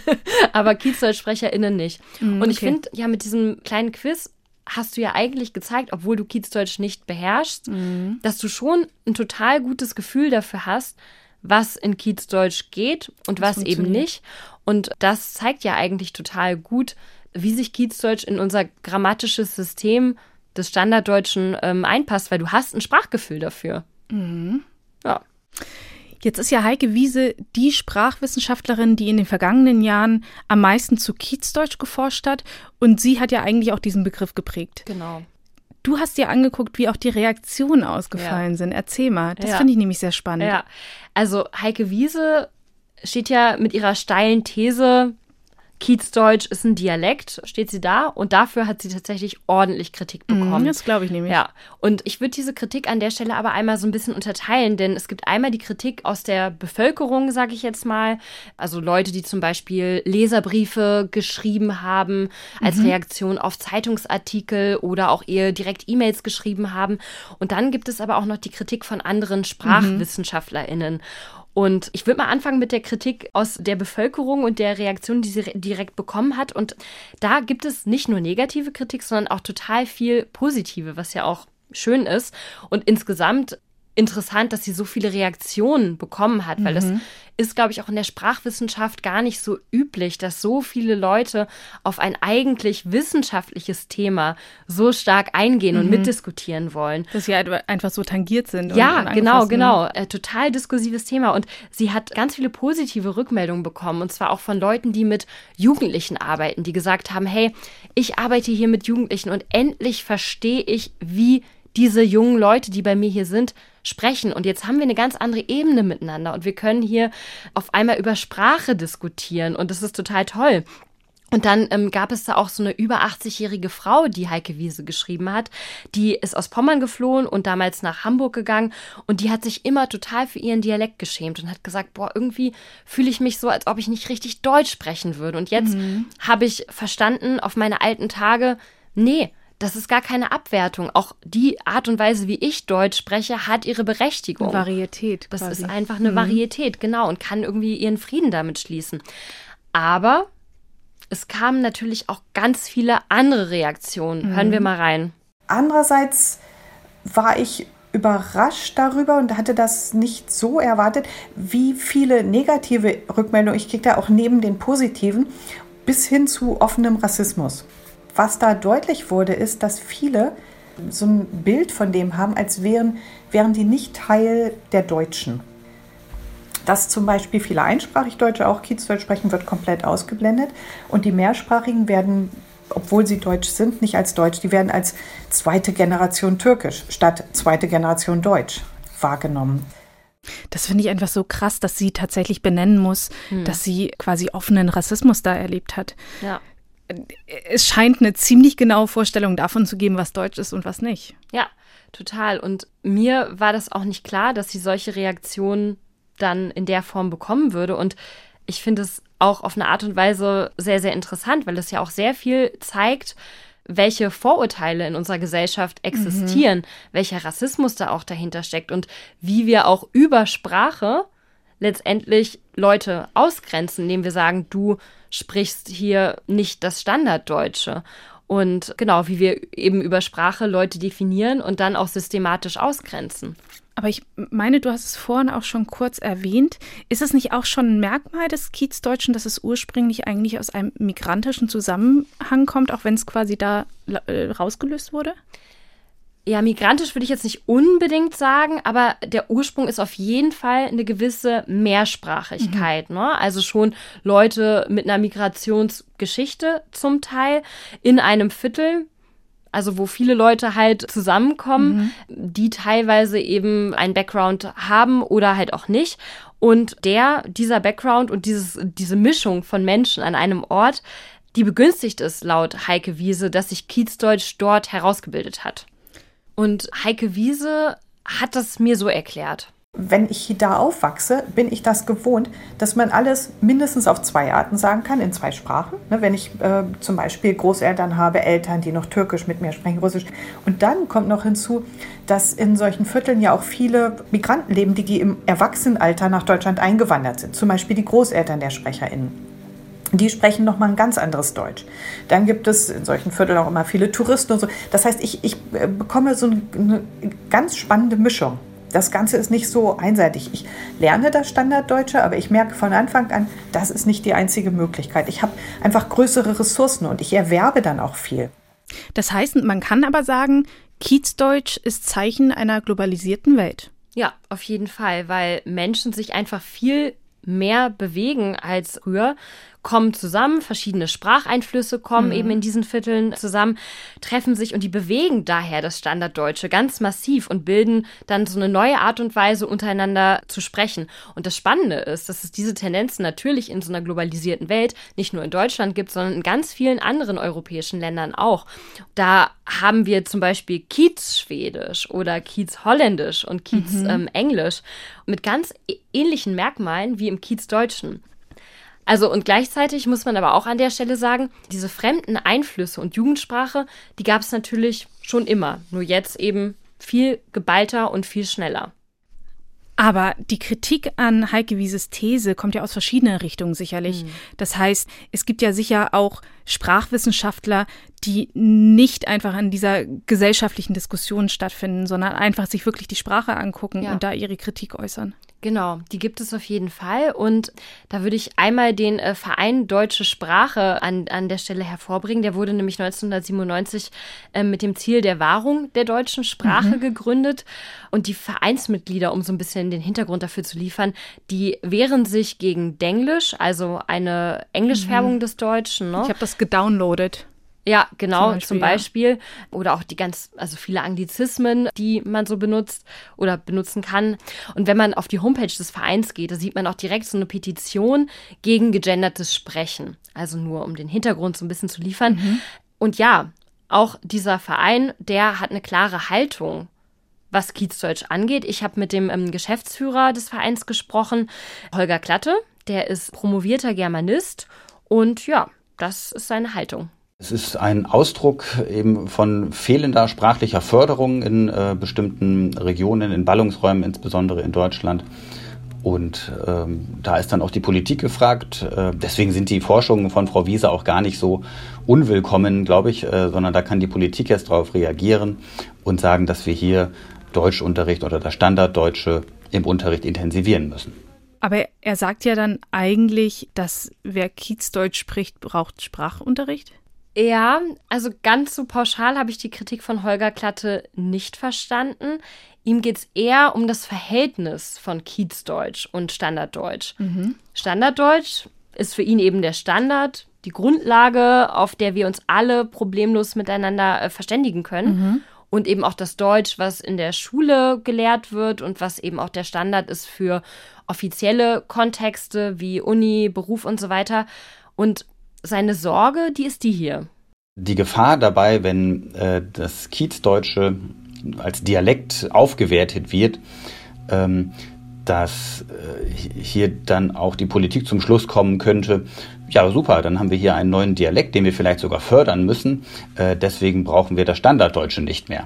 aber KiezdeutschsprecherInnen nicht. Mhm, Und ich okay. finde, ja, mit diesem kleinen Quiz hast du ja eigentlich gezeigt, obwohl du Kiezdeutsch nicht beherrschst, mhm. dass du schon ein total gutes Gefühl dafür hast, was in Kiezdeutsch geht und was eben nicht. Und das zeigt ja eigentlich total gut, wie sich Kiezdeutsch in unser grammatisches System des Standarddeutschen ähm, einpasst, weil du hast ein Sprachgefühl dafür. Mhm. Ja. Jetzt ist ja Heike Wiese die Sprachwissenschaftlerin, die in den vergangenen Jahren am meisten zu Kiezdeutsch geforscht hat. Und sie hat ja eigentlich auch diesen Begriff geprägt. Genau. Du hast dir angeguckt, wie auch die Reaktionen ausgefallen ja. sind. Erzähl mal, das ja. finde ich nämlich sehr spannend. Ja, also Heike Wiese steht ja mit ihrer steilen These, Kiezdeutsch ist ein Dialekt, steht sie da und dafür hat sie tatsächlich ordentlich Kritik bekommen. Das glaube ich nämlich. Ja, und ich würde diese Kritik an der Stelle aber einmal so ein bisschen unterteilen, denn es gibt einmal die Kritik aus der Bevölkerung, sage ich jetzt mal, also Leute, die zum Beispiel Leserbriefe geschrieben haben als mhm. Reaktion auf Zeitungsartikel oder auch ihr direkt E-Mails geschrieben haben. Und dann gibt es aber auch noch die Kritik von anderen SprachwissenschaftlerInnen. Mhm. Und ich würde mal anfangen mit der Kritik aus der Bevölkerung und der Reaktion, die sie re- direkt bekommen hat. Und da gibt es nicht nur negative Kritik, sondern auch total viel positive, was ja auch schön ist. Und insgesamt interessant, dass sie so viele Reaktionen bekommen hat, weil mhm. das ist, glaube ich, auch in der Sprachwissenschaft gar nicht so üblich, dass so viele Leute auf ein eigentlich wissenschaftliches Thema so stark eingehen mhm. und mitdiskutieren wollen. Dass sie einfach so tangiert sind. Ja, und, und genau, genau. Äh, total diskursives Thema. Und sie hat ganz viele positive Rückmeldungen bekommen, und zwar auch von Leuten, die mit Jugendlichen arbeiten, die gesagt haben, hey, ich arbeite hier mit Jugendlichen und endlich verstehe ich, wie diese jungen Leute, die bei mir hier sind, sprechen. Und jetzt haben wir eine ganz andere Ebene miteinander und wir können hier auf einmal über Sprache diskutieren und das ist total toll. Und dann ähm, gab es da auch so eine über achtzigjährige Frau, die Heike Wiese geschrieben hat. Die ist aus Pommern geflohen und damals nach Hamburg gegangen. Und die hat sich immer total für ihren Dialekt geschämt und hat gesagt, boah, irgendwie fühle ich mich so, als ob ich nicht richtig Deutsch sprechen würde. Und jetzt mhm. habe ich verstanden auf meine alten Tage, nee, das ist gar keine Abwertung. Auch die Art und Weise, wie ich Deutsch spreche, hat ihre Berechtigung. Eine Varietät Das quasi. ist einfach eine mhm. Varietät, genau. Und kann irgendwie ihren Frieden damit schließen. Aber es kamen natürlich auch ganz viele andere Reaktionen. Mhm. Hören wir mal rein. Andererseits war ich überrascht darüber und hatte das nicht so erwartet, wie viele negative Rückmeldungen, ich kriege da auch neben den positiven, bis hin zu offenem Rassismus. Was da deutlich wurde, ist, dass viele so ein Bild von dem haben, als wären, wären die nicht Teil der Deutschen. Dass zum Beispiel viele einsprachig Deutsche auch Kiezdeutsch sprechen, wird komplett ausgeblendet. Und die Mehrsprachigen werden, obwohl sie Deutsch sind, nicht als Deutsch, die werden als zweite Generation Türkisch statt zweite Generation Deutsch wahrgenommen. Das finde ich einfach so krass, dass sie tatsächlich benennen muss, hm. dass sie quasi offenen Rassismus da erlebt hat. Ja. Es scheint eine ziemlich genaue Vorstellung davon zu geben, was Deutsch ist und was nicht. Ja, total. Und mir war das auch nicht klar, dass sie solche Reaktionen dann in der Form bekommen würde. Und ich finde es auch auf eine Art und Weise sehr, sehr interessant, weil es ja auch sehr viel zeigt, welche Vorurteile in unserer Gesellschaft existieren, mhm. welcher Rassismus da auch dahinter steckt und wie wir auch über Sprache letztendlich Leute ausgrenzen, indem wir sagen, du sprichst hier nicht das Standarddeutsche. Und genau, wie wir eben über Sprache Leute definieren und dann auch systematisch ausgrenzen. Aber ich meine, du hast es vorhin auch schon kurz erwähnt. Ist es nicht auch schon ein Merkmal des Kiezdeutschen, dass es ursprünglich eigentlich aus einem migrantischen Zusammenhang kommt, auch wenn es quasi da äh, rausgelöst wurde? Ja, migrantisch würde ich jetzt nicht unbedingt sagen, aber der Ursprung ist auf jeden Fall eine gewisse Mehrsprachigkeit. Mhm. Ne? Also schon Leute mit einer Migrationsgeschichte zum Teil in einem Viertel, also wo viele Leute halt zusammenkommen, mhm. die teilweise eben einen Background haben oder halt auch nicht. Und der, dieser Background und dieses, diese Mischung von Menschen an einem Ort, die begünstigt es laut Heike Wiese, dass sich Kiezdeutsch dort herausgebildet hat. Und Heike Wiese hat das mir so erklärt. Wenn ich da aufwachse, bin ich das gewohnt, dass man alles mindestens auf zwei Arten sagen kann, in zwei Sprachen. Wenn ich äh, zum Beispiel Großeltern habe, Eltern, die noch Türkisch mit mir sprechen, Russisch. Und dann kommt noch hinzu, dass in solchen Vierteln ja auch viele Migranten leben, die im Erwachsenenalter nach Deutschland eingewandert sind. Zum Beispiel die Großeltern der SprecherInnen. Die sprechen nochmal ein ganz anderes Deutsch. Dann gibt es in solchen Vierteln auch immer viele Touristen und so. Das heißt, ich, ich bekomme so eine ganz spannende Mischung. Das Ganze ist nicht so einseitig. Ich lerne das Standarddeutsche, aber ich merke von Anfang an, das ist nicht die einzige Möglichkeit. Ich habe einfach größere Ressourcen und ich erwerbe dann auch viel. Das heißt, man kann aber sagen, Kiezdeutsch ist Zeichen einer globalisierten Welt. Ja, auf jeden Fall, weil Menschen sich einfach viel mehr bewegen als früher, kommen zusammen, verschiedene Spracheinflüsse kommen mhm. eben in diesen Vierteln zusammen, treffen sich und die bewegen daher das Standarddeutsche ganz massiv und bilden dann so eine neue Art und Weise, untereinander zu sprechen. Und das Spannende ist, dass es diese Tendenzen natürlich in so einer globalisierten Welt nicht nur in Deutschland gibt, sondern in ganz vielen anderen europäischen Ländern auch. Da haben wir zum Beispiel Kiez-Schwedisch oder Kiez-Holländisch und Kiez-Englisch mhm. mit ganz ähnlichen Merkmalen wie im Kiezdeutschen. Also und gleichzeitig muss man aber auch an der Stelle sagen, diese fremden Einflüsse und Jugendsprache, die gab es natürlich schon immer, nur jetzt eben viel geballter und viel schneller. Aber die Kritik an Heike Wieses These kommt ja aus verschiedenen Richtungen sicherlich. Mhm. Das heißt, es gibt ja sicher auch Sprachwissenschaftler, die nicht einfach in dieser gesellschaftlichen Diskussion stattfinden, sondern einfach sich wirklich die Sprache angucken ja. und da ihre Kritik äußern. Genau, die gibt es auf jeden Fall. Und da würde ich einmal den äh, Verein Deutsche Sprache an, an der Stelle hervorbringen. Der wurde nämlich neunzehnhundertsiebenundneunzig äh, mit dem Ziel der Wahrung der deutschen Sprache mhm. gegründet. Und die Vereinsmitglieder, um so ein bisschen den Hintergrund dafür zu liefern, die wehren sich gegen Denglisch, also eine Englischfärbung mhm. des Deutschen. Ne? Ich habe das gedownloadet. Ja, genau, zum Beispiel, zum Beispiel. Ja. Oder auch die ganz, also viele Anglizismen, die man so benutzt oder benutzen kann. Und wenn man auf die Homepage des Vereins geht, da sieht man auch direkt so eine Petition gegen gegendertes Sprechen. Also nur, um den Hintergrund so ein bisschen zu liefern. Mhm. Und ja, auch dieser Verein, der hat eine klare Haltung, was Kiezdeutsch angeht. Ich habe mit dem ähm, Geschäftsführer des Vereins gesprochen, Holger Klatte. Der ist promovierter Germanist. Und ja, das ist seine Haltung. Es ist ein Ausdruck eben von fehlender sprachlicher Förderung in äh, bestimmten Regionen, in Ballungsräumen, insbesondere in Deutschland. Und ähm, da ist dann auch die Politik gefragt. Äh, deswegen sind die Forschungen von Frau Wiese auch gar nicht so unwillkommen, glaube ich, äh, sondern da kann die Politik jetzt darauf reagieren und sagen, dass wir hier Deutschunterricht oder das Standarddeutsche im Unterricht intensivieren müssen. Aber er sagt ja dann eigentlich, dass wer Kiezdeutsch spricht, braucht Sprachunterricht? Ja, also ganz so pauschal habe ich die Kritik von Holger Klatte nicht verstanden. Ihm geht es eher um das Verhältnis von Kiezdeutsch und Standarddeutsch. Mhm. Standarddeutsch ist für ihn eben der Standard, die Grundlage, auf der wir uns alle problemlos miteinander äh, verständigen können. Mhm. Und eben auch das Deutsch, was in der Schule gelehrt wird und was eben auch der Standard ist für offizielle Kontexte wie Uni, Beruf und so weiter. Und seine Sorge, die ist die hier. Die Gefahr dabei, wenn äh, das Kiezdeutsche als Dialekt aufgewertet wird, ähm, dass äh, hier dann auch die Politik zum Schluss kommen könnte, ja super, dann haben wir hier einen neuen Dialekt, den wir vielleicht sogar fördern müssen, äh, deswegen brauchen wir das Standarddeutsche nicht mehr.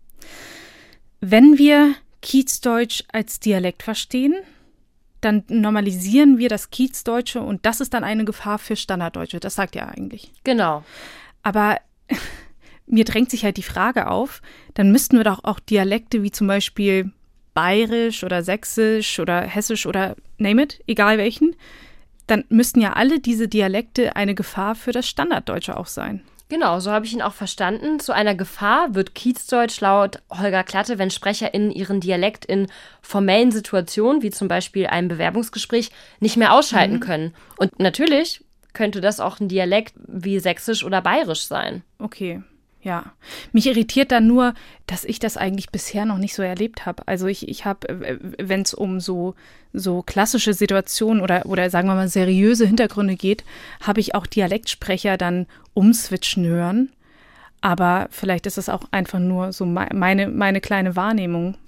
Wenn wir Kiezdeutsch als Dialekt verstehen, dann normalisieren wir das Kiezdeutsche und das ist dann eine Gefahr für Standarddeutsche. Das sagt er eigentlich. Genau. Aber mir drängt sich halt die Frage auf, dann müssten wir doch auch Dialekte wie zum Beispiel Bayerisch oder Sächsisch oder Hessisch oder name it, egal welchen, dann müssten ja alle diese Dialekte eine Gefahr für das Standarddeutsche auch sein. Genau, so habe ich ihn auch verstanden. Zu einer Gefahr wird Kiezdeutsch laut Holger Klatte, wenn SprecherInnen ihren Dialekt in formellen Situationen, wie zum Beispiel einem Bewerbungsgespräch, nicht mehr ausschalten mhm. können. Und natürlich könnte das auch ein Dialekt wie Sächsisch oder Bayerisch sein. Okay, ja. Mich irritiert dann nur, dass ich das eigentlich bisher noch nicht so erlebt habe. Also ich, ich habe, wenn es um so, so klassische Situationen oder, oder sagen wir mal seriöse Hintergründe geht, habe ich auch Dialektsprecher dann umswitchen hören. Aber vielleicht ist es auch einfach nur so meine, meine kleine Wahrnehmung.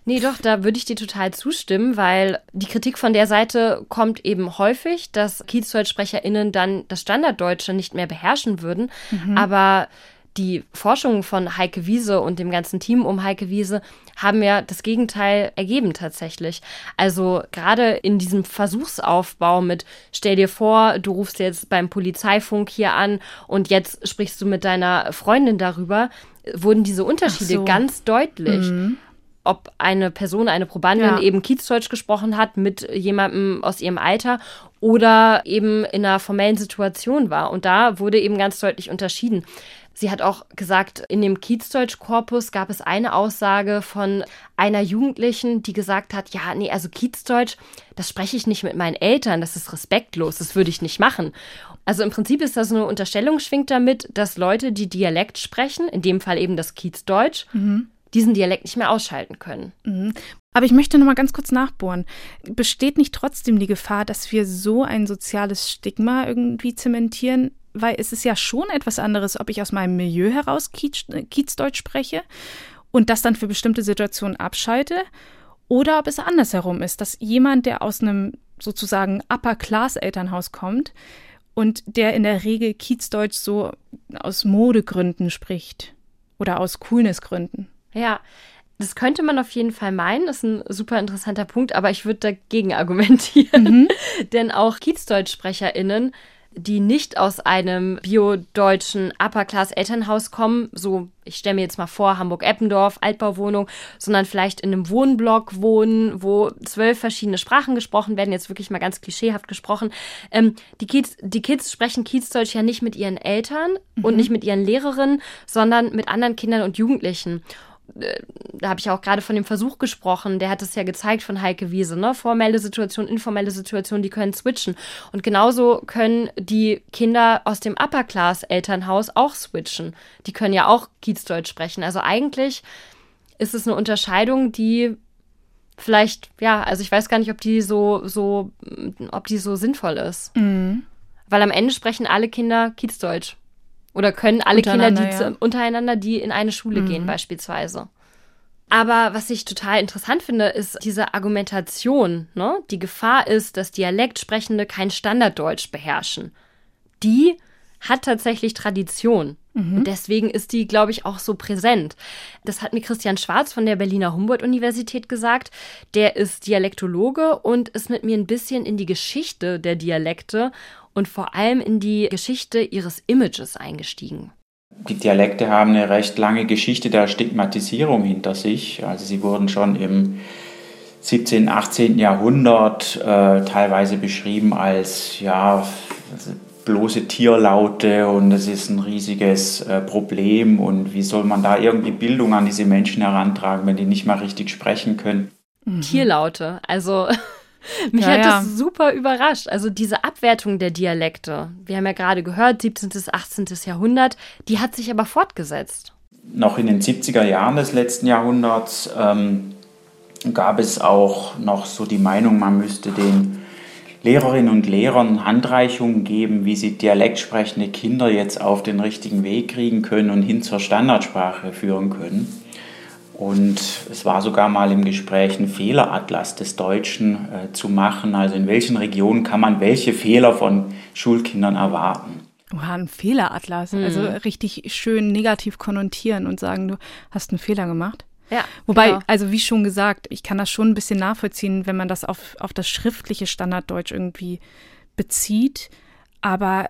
Nee, doch, da würde ich dir total zustimmen, weil die Kritik von der Seite kommt eben häufig, dass KiezdeutschsprecherInnen dann das Standarddeutsche nicht mehr beherrschen würden. Mhm. Aber die Forschungen von Heike Wiese und dem ganzen Team um Heike Wiese haben ja das Gegenteil ergeben tatsächlich. Also gerade in diesem Versuchsaufbau mit stell dir vor, du rufst jetzt beim Polizeifunk hier an und jetzt sprichst du mit deiner Freundin darüber, wurden diese Unterschiede so. ganz deutlich. Mhm. Ob eine Person, eine Probandin ja. eben Kiezdeutsch gesprochen hat mit jemandem aus ihrem Alter oder eben in einer formellen Situation war. Und da wurde eben ganz deutlich unterschieden. Sie hat auch gesagt, in dem Kiezdeutsch-Korpus gab es eine Aussage von einer Jugendlichen, die gesagt hat, ja, nee, also Kiezdeutsch, das spreche ich nicht mit meinen Eltern, das ist respektlos, das würde ich nicht machen. Also im Prinzip ist das so eine Unterstellung, schwingt damit, dass Leute, die Dialekt sprechen, in dem Fall eben das Kiezdeutsch, mhm. diesen Dialekt nicht mehr ausschalten können. Mhm. Aber ich möchte noch mal ganz kurz nachbohren. Besteht nicht trotzdem die Gefahr, dass wir so ein soziales Stigma irgendwie zementieren? Weil es ist ja schon etwas anderes, ob ich aus meinem Milieu heraus Kiez, Kiezdeutsch spreche und das dann für bestimmte Situationen abschalte oder ob es andersherum ist, dass jemand, der aus einem sozusagen Upper-Class-Elternhaus kommt und der in der Regel Kiezdeutsch so aus Modegründen spricht oder aus Coolnessgründen. Ja, das könnte man auf jeden Fall meinen, das ist ein super interessanter Punkt, aber ich würde dagegen argumentieren, mhm. denn auch KiezdeutschsprecherInnen, die nicht aus einem biodeutschen Upper-Class-Elternhaus kommen, so, ich stelle mir jetzt mal vor, Hamburg-Eppendorf, Altbauwohnung, sondern vielleicht in einem Wohnblock wohnen, wo zwölf verschiedene Sprachen gesprochen werden, jetzt wirklich mal ganz klischeehaft gesprochen. Ähm, die, Kiez, die Kids sprechen Kiezdeutsch ja nicht mit ihren Eltern mhm. und nicht mit ihren Lehrerinnen, sondern mit anderen Kindern und Jugendlichen. Da habe ich auch gerade von dem Versuch gesprochen, der hat es ja gezeigt von Heike Wiese, ne? Formelle Situation, informelle Situation, die können switchen. Und genauso können die Kinder aus dem Upper-Class-Elternhaus auch switchen. Die können ja auch Kiezdeutsch sprechen. Also eigentlich ist es eine Unterscheidung, die vielleicht, ja, also ich weiß gar nicht, ob die so, so, ob die so sinnvoll ist. Mhm. Weil am Ende sprechen alle Kinder Kiezdeutsch. Oder können alle Kinder, die ja. zu, untereinander, die in eine Schule mhm. gehen beispielsweise. Aber was ich total interessant finde, ist diese Argumentation, ne? Die Gefahr ist, dass Dialektsprechende kein Standarddeutsch beherrschen. Die hat tatsächlich Tradition. Mhm. Und deswegen ist die, glaube ich, auch so präsent. Das hat mir Christian Schwarz von der Berliner Humboldt-Universität gesagt. Der ist Dialektologe und ist mit mir ein bisschen in die Geschichte der Dialekte und vor allem in die Geschichte ihres Images eingestiegen. Die Dialekte haben eine recht lange Geschichte der Stigmatisierung hinter sich. Also sie wurden schon im siebzehnten, achtzehnten Jahrhundert äh, teilweise beschrieben als ja, bloße Tierlaute und das ist ein riesiges äh, Problem und wie soll man da irgendwie Bildung an diese Menschen herantragen, wenn die nicht mal richtig sprechen können. Mhm. Tierlaute, also mich ja, hat ja. das super überrascht. Also diese Abwertung der Dialekte, wir haben ja gerade gehört, siebzehnten., achtzehnten. Jahrhundert, die hat sich aber fortgesetzt. Noch in den siebziger Jahren des letzten Jahrhunderts ähm, gab es auch noch so die Meinung, man müsste den Lehrerinnen und Lehrern Handreichungen geben, wie sie dialektsprechende Kinder jetzt auf den richtigen Weg kriegen können und hin zur Standardsprache führen können. Und es war sogar mal im Gespräch, einen Fehleratlas des Deutschen äh, zu machen. Also in welchen Regionen kann man welche Fehler von Schulkindern erwarten. Oha, ein Fehleratlas. Mhm. Also richtig schön negativ konnotieren und sagen, du hast einen Fehler gemacht. Ja, Wobei, genau. also wie schon gesagt, ich kann das schon ein bisschen nachvollziehen, wenn man das auf, auf das schriftliche Standarddeutsch irgendwie bezieht. Aber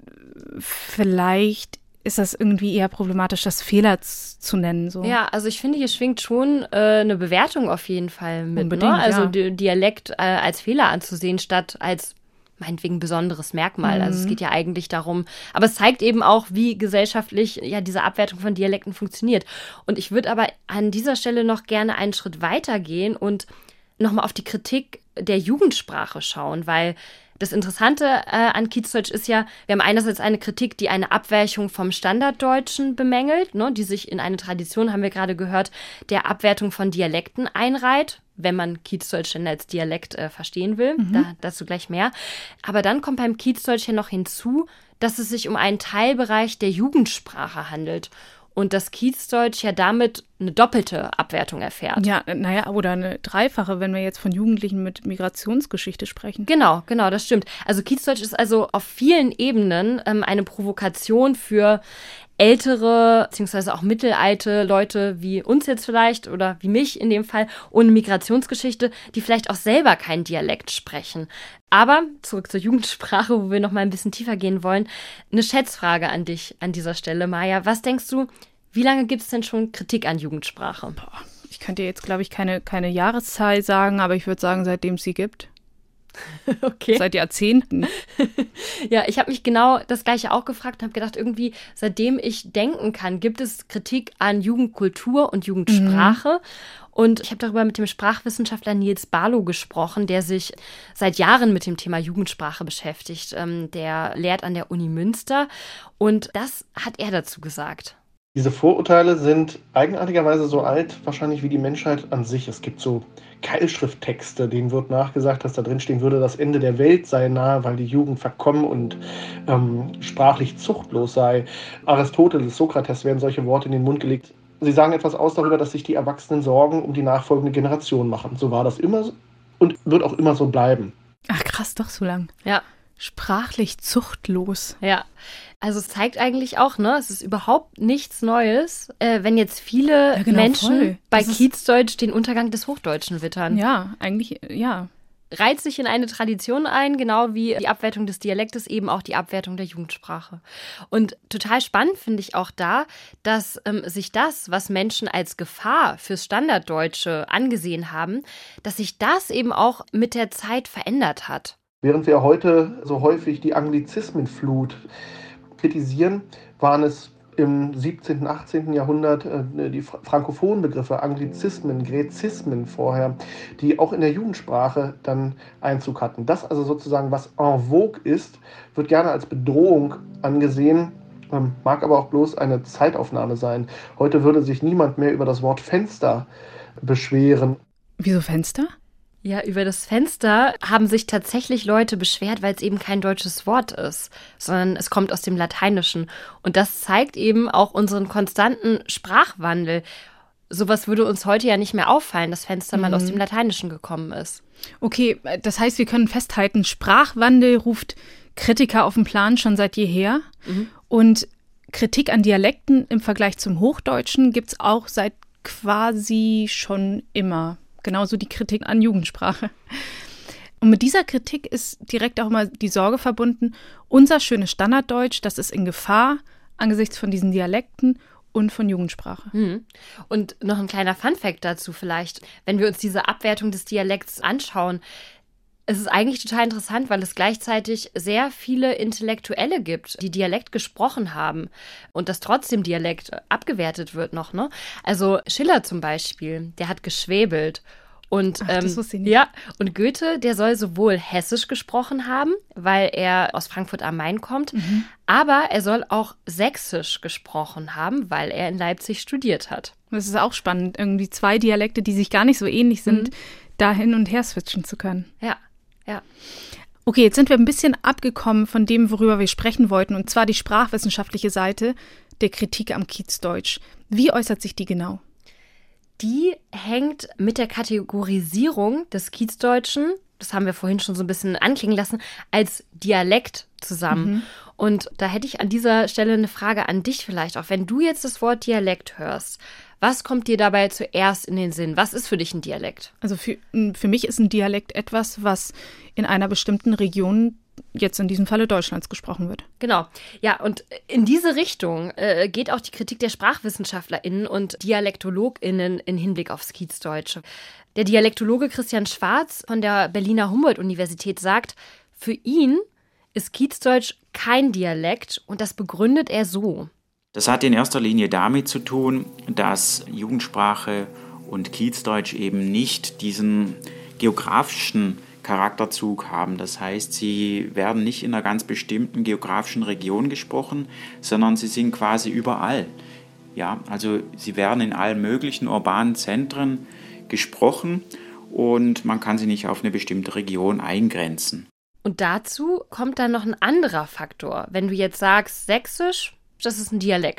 vielleicht ist das irgendwie eher problematisch, das Fehler z- zu nennen. So. Ja, also ich finde, hier schwingt schon äh, eine Bewertung auf jeden Fall mit. Unbedingt, ne? Also ja. D- Dialekt äh, als Fehler anzusehen, statt als meinetwegen besonderes Merkmal. Mhm. Also es geht ja eigentlich darum, aber es zeigt eben auch, wie gesellschaftlich ja diese Abwertung von Dialekten funktioniert. Und ich würde aber an dieser Stelle noch gerne einen Schritt weiter gehen und nochmal auf die Kritik der Jugendsprache schauen, weil das Interessante äh, an Kiezdeutsch ist ja, wir haben einerseits eine Kritik, die eine Abweichung vom Standarddeutschen bemängelt, ne, die sich in eine Tradition, haben wir gerade gehört, der Abwertung von Dialekten einreiht, wenn man Kiezdeutsch denn als Dialekt äh, verstehen will. Mhm. Da, dazu gleich mehr. Aber dann kommt beim Kiezdeutsch ja noch hinzu, dass es sich um einen Teilbereich der Jugendsprache handelt. und das Kiezdeutsch ja damit eine doppelte Abwertung erfährt. Ja, naja, oder eine dreifache, wenn wir jetzt von Jugendlichen mit Migrationsgeschichte sprechen. Genau, genau, das stimmt. Also Kiezdeutsch ist also auf vielen Ebenen ähm, eine Provokation für ältere, beziehungsweise auch mittelalte Leute wie uns jetzt vielleicht oder wie mich in dem Fall, ohne Migrationsgeschichte, die vielleicht auch selber keinen Dialekt sprechen. Aber zurück zur Jugendsprache, wo wir noch mal ein bisschen tiefer gehen wollen. Eine Schätzfrage an dich an dieser Stelle, Maja. Was denkst du, wie lange gibt es denn schon Kritik an Jugendsprache? Boah, ich könnte jetzt, glaube ich, keine, keine Jahreszahl sagen, aber ich würde sagen, seitdem es sie gibt. Okay. Seit Jahrzehnten. Ja, ich habe mich genau das Gleiche auch gefragt und habe gedacht, irgendwie, seitdem ich denken kann, gibt es Kritik an Jugendkultur und Jugendsprache. Mhm. Und ich habe darüber mit dem Sprachwissenschaftler Nils Barlow gesprochen, der sich seit Jahren mit dem Thema Jugendsprache beschäftigt. Der lehrt an der Uni Münster und das hat er dazu gesagt. Diese Vorurteile sind eigenartigerweise so alt, wahrscheinlich wie die Menschheit an sich. Es gibt so Keilschrifttexte, denen wird nachgesagt, dass da drin stehen würde, das Ende der Welt sei nahe, weil die Jugend verkommen und ähm, sprachlich zuchtlos sei. Aristoteles, Sokrates werden solche Worte in den Mund gelegt. Sie sagen etwas aus darüber, dass sich die Erwachsenen Sorgen um die nachfolgende Generation machen. So war das immer und wird auch immer so bleiben. Ach krass, doch so lang. Ja. Sprachlich zuchtlos. Ja, also es zeigt eigentlich auch, ne, es ist überhaupt nichts Neues, äh, wenn jetzt viele ja, genau, Menschen voll. bei Das Kiezdeutsch den Untergang des Hochdeutschen wittern. Ja, eigentlich, ja. Reiht sich in eine Tradition ein, genau wie die Abwertung des Dialektes eben auch die Abwertung der Jugendsprache. Und total spannend finde ich auch da, dass ähm, sich das, was Menschen als Gefahr fürs Standarddeutsche angesehen haben, dass sich das eben auch mit der Zeit verändert hat. Während wir heute so häufig die Anglizismenflut kritisieren, waren es im siebzehnten, achtzehnten Jahrhundert äh, die frankophonen Begriffe, Anglizismen, Gräzismen vorher, die auch in der Jugendsprache dann Einzug hatten. Das also sozusagen, was en vogue ist, wird gerne als Bedrohung angesehen, ähm, mag aber auch bloß eine Zeitaufnahme sein. Heute würde sich niemand mehr über das Wort Fenster beschweren. Wieso Fenster? Ja, über das Fenster haben sich tatsächlich Leute beschwert, weil es eben kein deutsches Wort ist, sondern es kommt aus dem Lateinischen. Und das zeigt eben auch unseren konstanten Sprachwandel. Sowas würde uns heute ja nicht mehr auffallen, dass Fenster mhm. mal aus dem Lateinischen gekommen ist. Okay, das heißt, wir können festhalten, Sprachwandel ruft Kritiker auf den Plan schon seit jeher. Mhm. Und Kritik an Dialekten im Vergleich zum Hochdeutschen gibt es auch seit quasi schon immer. Genauso die Kritik an Jugendsprache. Und mit dieser Kritik ist direkt auch mal die Sorge verbunden, unser schönes Standarddeutsch, das ist in Gefahr angesichts von diesen Dialekten und von Jugendsprache. Mhm. Und noch ein kleiner Funfact dazu vielleicht, wenn wir uns diese Abwertung des Dialekts anschauen. Es ist eigentlich total interessant, weil es gleichzeitig sehr viele Intellektuelle gibt, die Dialekt gesprochen haben und dass trotzdem Dialekt abgewertet wird noch, ne? Also Schiller zum Beispiel, der hat geschwäbelt. Und, Ach, das wusste ich nicht. Ja, und Goethe, der soll sowohl Hessisch gesprochen haben, weil er aus Frankfurt am Main kommt, mhm. aber er soll auch Sächsisch gesprochen haben, weil er in Leipzig studiert hat. Das ist auch spannend, irgendwie zwei Dialekte, die sich gar nicht so ähnlich sind, mhm. da hin und her switchen zu können. Ja. Ja. Okay, jetzt sind wir ein bisschen abgekommen von dem, worüber wir sprechen wollten, und zwar die sprachwissenschaftliche Seite der Kritik am Kiezdeutsch. Wie äußert sich die genau? Die hängt mit der Kategorisierung des Kiezdeutschen, das haben wir vorhin schon so ein bisschen anklingen lassen, als Dialekt zusammen. Mhm. Und da hätte ich an dieser Stelle eine Frage an dich vielleicht, auch wenn du jetzt das Wort Dialekt hörst. Was kommt dir dabei zuerst in den Sinn? Was ist für dich ein Dialekt? Also für, für mich ist ein Dialekt etwas, was in einer bestimmten Region, jetzt in diesem Falle Deutschlands, gesprochen wird. Genau. Ja, und in diese Richtung äh, geht auch die Kritik der SprachwissenschaftlerInnen und DialektologInnen in Hinblick aufs Kiezdeutsche. Der Dialektologe Christian Schwarz von der Berliner Humboldt-Universität sagt, für ihn ist Kiezdeutsch kein Dialekt und das begründet er so. Das hat in erster Linie damit zu tun, dass Jugendsprache und Kiezdeutsch eben nicht diesen geografischen Charakterzug haben. Das heißt, sie werden nicht in einer ganz bestimmten geografischen Region gesprochen, sondern sie sind quasi überall. Ja, also sie werden in allen möglichen urbanen Zentren gesprochen und man kann sie nicht auf eine bestimmte Region eingrenzen. Und dazu kommt dann noch ein anderer Faktor. Wenn du jetzt sagst, Sächsisch, das ist ein Dialekt.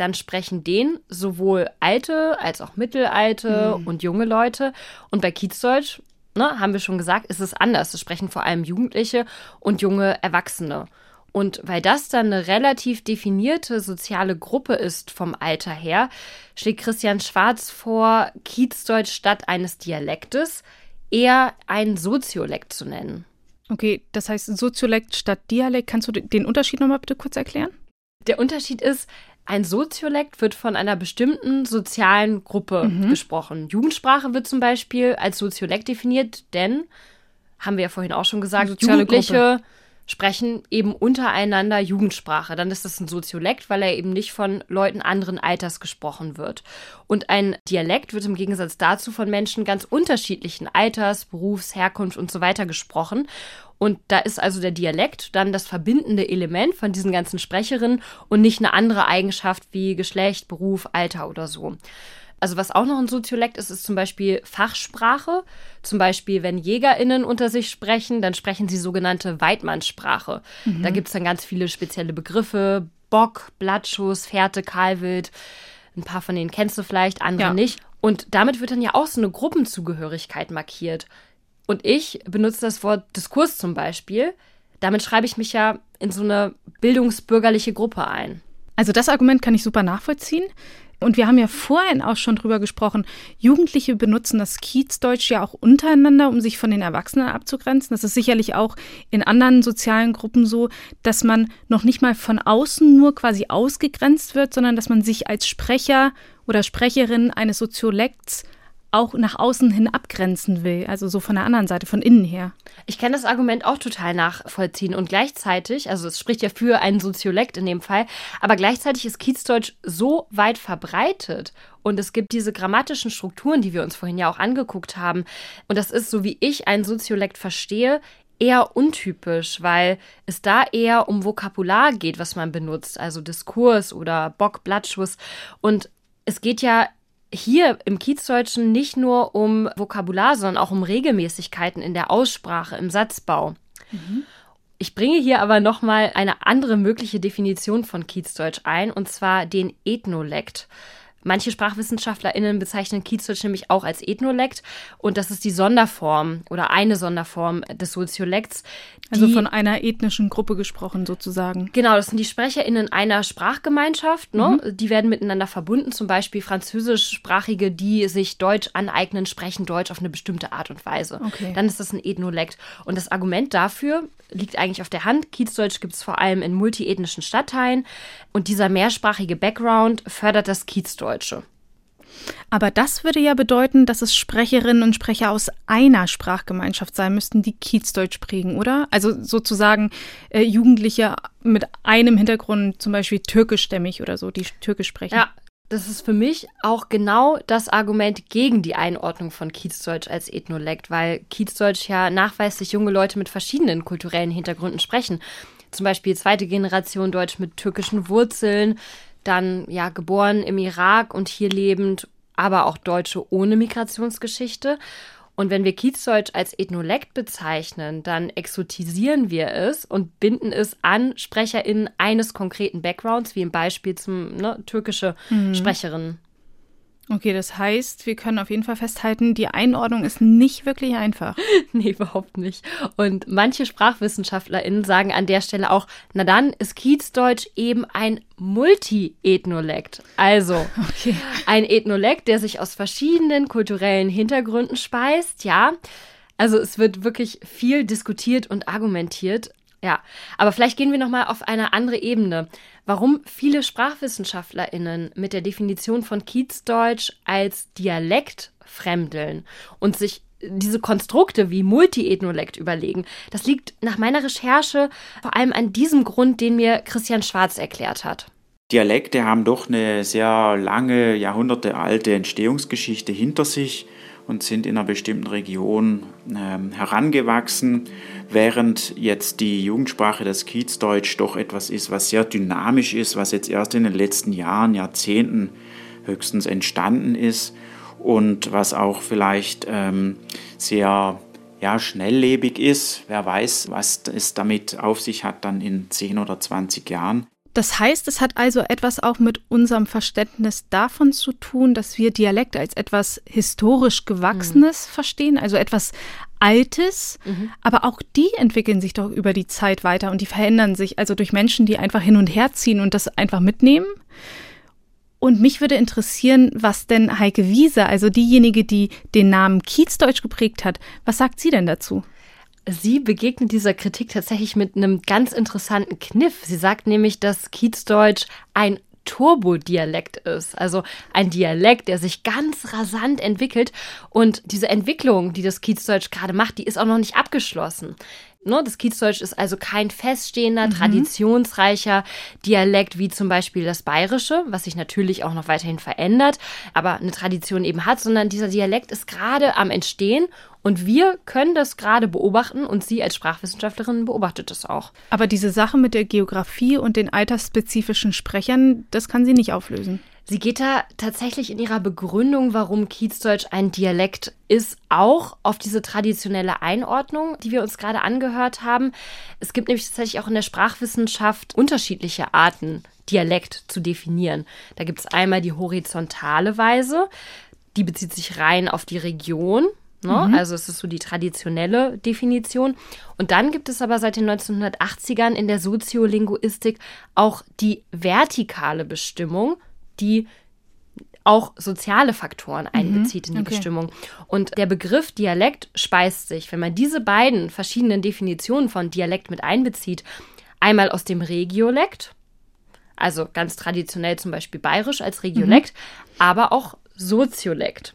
dann sprechen den sowohl alte als auch mittelalte mhm. und junge Leute. Und bei Kiezdeutsch, ne, haben wir schon gesagt, ist es anders. Es sprechen vor allem Jugendliche und junge Erwachsene. Und weil das dann eine relativ definierte soziale Gruppe ist vom Alter her, schlägt Christian Schwarz vor, Kiezdeutsch statt eines Dialektes eher ein Soziolekt zu nennen. Okay, das heißt Soziolekt statt Dialekt. Kannst du den Unterschied nochmal bitte kurz erklären? Der Unterschied ist, ein Soziolekt wird von einer bestimmten sozialen Gruppe mhm. gesprochen. Jugendsprache wird zum Beispiel als Soziolekt definiert, denn, haben wir ja vorhin auch schon gesagt, Soziale Jugendliche Gruppe. sprechen eben untereinander Jugendsprache. Dann ist das ein Soziolekt, weil er eben nicht von Leuten anderen Alters gesprochen wird. Und ein Dialekt wird im Gegensatz dazu von Menschen ganz unterschiedlichen Alters, Berufs-, Herkunft und so weiter gesprochen. Und da ist also der Dialekt dann das verbindende Element von diesen ganzen Sprecherinnen und nicht eine andere Eigenschaft wie Geschlecht, Beruf, Alter oder so. Also was auch noch ein Soziolekt ist, ist zum Beispiel Fachsprache. Zum Beispiel, wenn JägerInnen unter sich sprechen, dann sprechen sie sogenannte Weidmannssprache. Mhm. Da gibt es dann ganz viele spezielle Begriffe. Bock, Blattschuss, Fährte, Kahlwild. Ein paar von denen kennst du vielleicht, andere ja. nicht. Und damit wird dann ja auch so eine Gruppenzugehörigkeit markiert. Und ich benutze das Wort Diskurs zum Beispiel. Damit schreibe ich mich ja in so eine bildungsbürgerliche Gruppe ein. Also das Argument kann ich super nachvollziehen. Und wir haben ja vorhin auch schon drüber gesprochen, Jugendliche benutzen das Kiezdeutsch ja auch untereinander, um sich von den Erwachsenen abzugrenzen. Das ist sicherlich auch in anderen sozialen Gruppen so, dass man noch nicht mal von außen nur quasi ausgegrenzt wird, sondern dass man sich als Sprecher oder Sprecherin eines Soziolekts auch nach außen hin abgrenzen will, also so von der anderen Seite, von innen her. Ich kann das Argument auch total nachvollziehen und gleichzeitig, also es spricht ja für einen Soziolekt in dem Fall, aber gleichzeitig ist Kiezdeutsch so weit verbreitet und es gibt diese grammatischen Strukturen, die wir uns vorhin ja auch angeguckt haben und das ist, so wie ich einen Soziolekt verstehe, eher untypisch, weil es da eher um Vokabular geht, was man benutzt, also Diskurs oder Bock, Blattschuss und es geht ja hier im Kiezdeutschen nicht nur um Vokabular, sondern auch um Regelmäßigkeiten in der Aussprache, im Satzbau. Mhm. Ich bringe hier aber nochmal eine andere mögliche Definition von Kiezdeutsch ein, und zwar den Ethnolekt. Manche SprachwissenschaftlerInnen bezeichnen Kiezdeutsch nämlich auch als Ethnolekt und das ist die Sonderform oder eine Sonderform des Soziolekts. Also von einer ethnischen Gruppe gesprochen sozusagen. Genau, das sind die SprecherInnen einer Sprachgemeinschaft, ne? Mhm. Die werden miteinander verbunden, zum Beispiel Französischsprachige, die sich Deutsch aneignen, sprechen Deutsch auf eine bestimmte Art und Weise. Okay. Dann ist das ein Ethnolekt. Und das Argument dafür liegt eigentlich auf der Hand. Kiezdeutsch gibt es vor allem in multiethnischen Stadtteilen und dieser mehrsprachige Background fördert das Kiezdeutsche. Aber das würde ja bedeuten, dass es Sprecherinnen und Sprecher aus einer Sprachgemeinschaft sein müssten, die Kiezdeutsch prägen, oder? Also sozusagen äh, Jugendliche mit einem Hintergrund, zum Beispiel türkischstämmig oder so, die Türkisch sprechen. Ja, das ist für mich auch genau das Argument gegen die Einordnung von Kiezdeutsch als Ethnolekt, weil Kiezdeutsch ja nachweislich junge Leute mit verschiedenen kulturellen Hintergründen sprechen. Zum Beispiel zweite Generation Deutsch mit türkischen Wurzeln, dann ja geboren im Irak und hier lebend, aber auch Deutsche ohne Migrationsgeschichte. Und wenn wir Kiezdeutsch als Ethnolekt bezeichnen, dann exotisieren wir es und binden es an SprecherInnen eines konkreten Backgrounds, wie im Beispiel zum ne, türkische mhm. Sprecherinnen. Okay, das heißt, wir können auf jeden Fall festhalten, die Einordnung ist nicht wirklich einfach. Nee, überhaupt nicht. Und manche SprachwissenschaftlerInnen sagen an der Stelle auch, na dann ist Kiezdeutsch eben ein Multi-Ethnolekt. Also okay. ein Ethnolekt, der sich aus verschiedenen kulturellen Hintergründen speist, ja. Also es wird wirklich viel diskutiert und argumentiert. Ja, aber vielleicht gehen wir nochmal auf eine andere Ebene. Warum viele SprachwissenschaftlerInnen mit der Definition von Kiezdeutsch als Dialekt fremdeln und sich diese Konstrukte wie Multiethnolekt überlegen, das liegt nach meiner Recherche vor allem an diesem Grund, den mir Christian Schwarz erklärt hat. Dialekte haben doch eine sehr lange, jahrhundertealte Entstehungsgeschichte hinter sich und sind in einer bestimmten Region äh, herangewachsen, während jetzt die Jugendsprache, das Kiezdeutsch, doch etwas ist, was sehr dynamisch ist, was jetzt erst in den letzten Jahren, Jahrzehnten höchstens entstanden ist und was auch vielleicht ähm, sehr ja, schnelllebig ist. Wer weiß, was es damit auf sich hat dann in zehn oder zwanzig Jahren. Das heißt, es hat also etwas auch mit unserem Verständnis davon zu tun, dass wir Dialekt als etwas historisch Gewachsenes mhm. verstehen, also etwas Altes, mhm. aber auch die entwickeln sich doch über die Zeit weiter und die verändern sich, also durch Menschen, die einfach hin und her ziehen und das einfach mitnehmen. Und mich würde interessieren, was denn Heike Wiese, also diejenige, die den Namen Kiezdeutsch geprägt hat, was sagt sie denn dazu? Sie begegnet dieser Kritik tatsächlich mit einem ganz interessanten Kniff. Sie sagt nämlich, dass Kiezdeutsch ein Turbodialekt ist, also ein Dialekt, der sich ganz rasant entwickelt. Und diese Entwicklung, die das Kiezdeutsch gerade macht, die ist auch noch nicht abgeschlossen. Ne, das Kiezdeutsch ist also kein feststehender, mhm. traditionsreicher Dialekt wie zum Beispiel das Bayerische, was sich natürlich auch noch weiterhin verändert, aber eine Tradition eben hat, sondern dieser Dialekt ist gerade am Entstehen und wir können das gerade beobachten und sie als Sprachwissenschaftlerin beobachtet das auch. Aber diese Sache mit der Geografie und den altersspezifischen Sprechern, das kann sie nicht auflösen. Sie geht da tatsächlich in ihrer Begründung, warum Kiezdeutsch ein Dialekt ist, auch auf diese traditionelle Einordnung, die wir uns gerade angehört haben. Es gibt nämlich tatsächlich auch in der Sprachwissenschaft unterschiedliche Arten, Dialekt zu definieren. Da gibt es einmal die horizontale Weise, die bezieht sich rein auf die Region. Ne? Mhm. Also es ist so die traditionelle Definition. Und dann gibt es aber seit den neunzehnhundertachtzigern in der Soziolinguistik auch die vertikale Bestimmung, die auch soziale Faktoren einbezieht mhm, in die okay. Bestimmung. Und der Begriff Dialekt speist sich, wenn man diese beiden verschiedenen Definitionen von Dialekt mit einbezieht, einmal aus dem Regiolekt, also ganz traditionell zum Beispiel Bayerisch als Regiolekt, mhm. aber auch Soziolekt,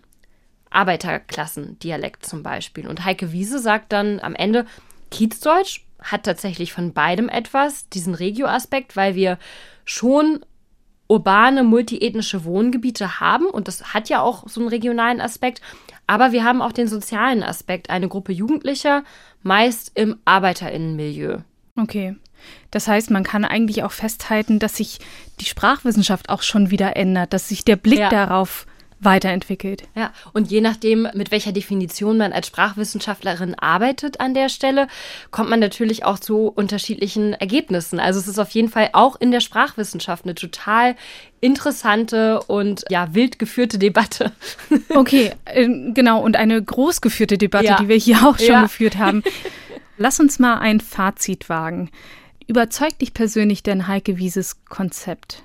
Arbeiterklassendialekt zum Beispiel. Und Heike Wiese sagt dann am Ende, Kiezdeutsch hat tatsächlich von beidem etwas, diesen Regio-Aspekt, weil wir schon urbane, multiethnische Wohngebiete haben und das hat ja auch so einen regionalen Aspekt, aber wir haben auch den sozialen Aspekt, eine Gruppe Jugendlicher, meist im ArbeiterInnenmilieu. Okay, das heißt, man kann eigentlich auch festhalten, dass sich die Sprachwissenschaft auch schon wieder ändert, dass sich der Blick ja. darauf weiterentwickelt. Ja, und je nachdem, mit welcher Definition man als Sprachwissenschaftlerin arbeitet an der Stelle, kommt man natürlich auch zu unterschiedlichen Ergebnissen. Also es ist auf jeden Fall auch in der Sprachwissenschaft eine total interessante und ja, wild geführte Debatte. Okay, äh, genau, und eine groß geführte Debatte, ja. die wir hier auch schon ja. geführt haben. Lass uns mal ein Fazit wagen. Überzeugt dich persönlich denn Heike Wieses Konzept?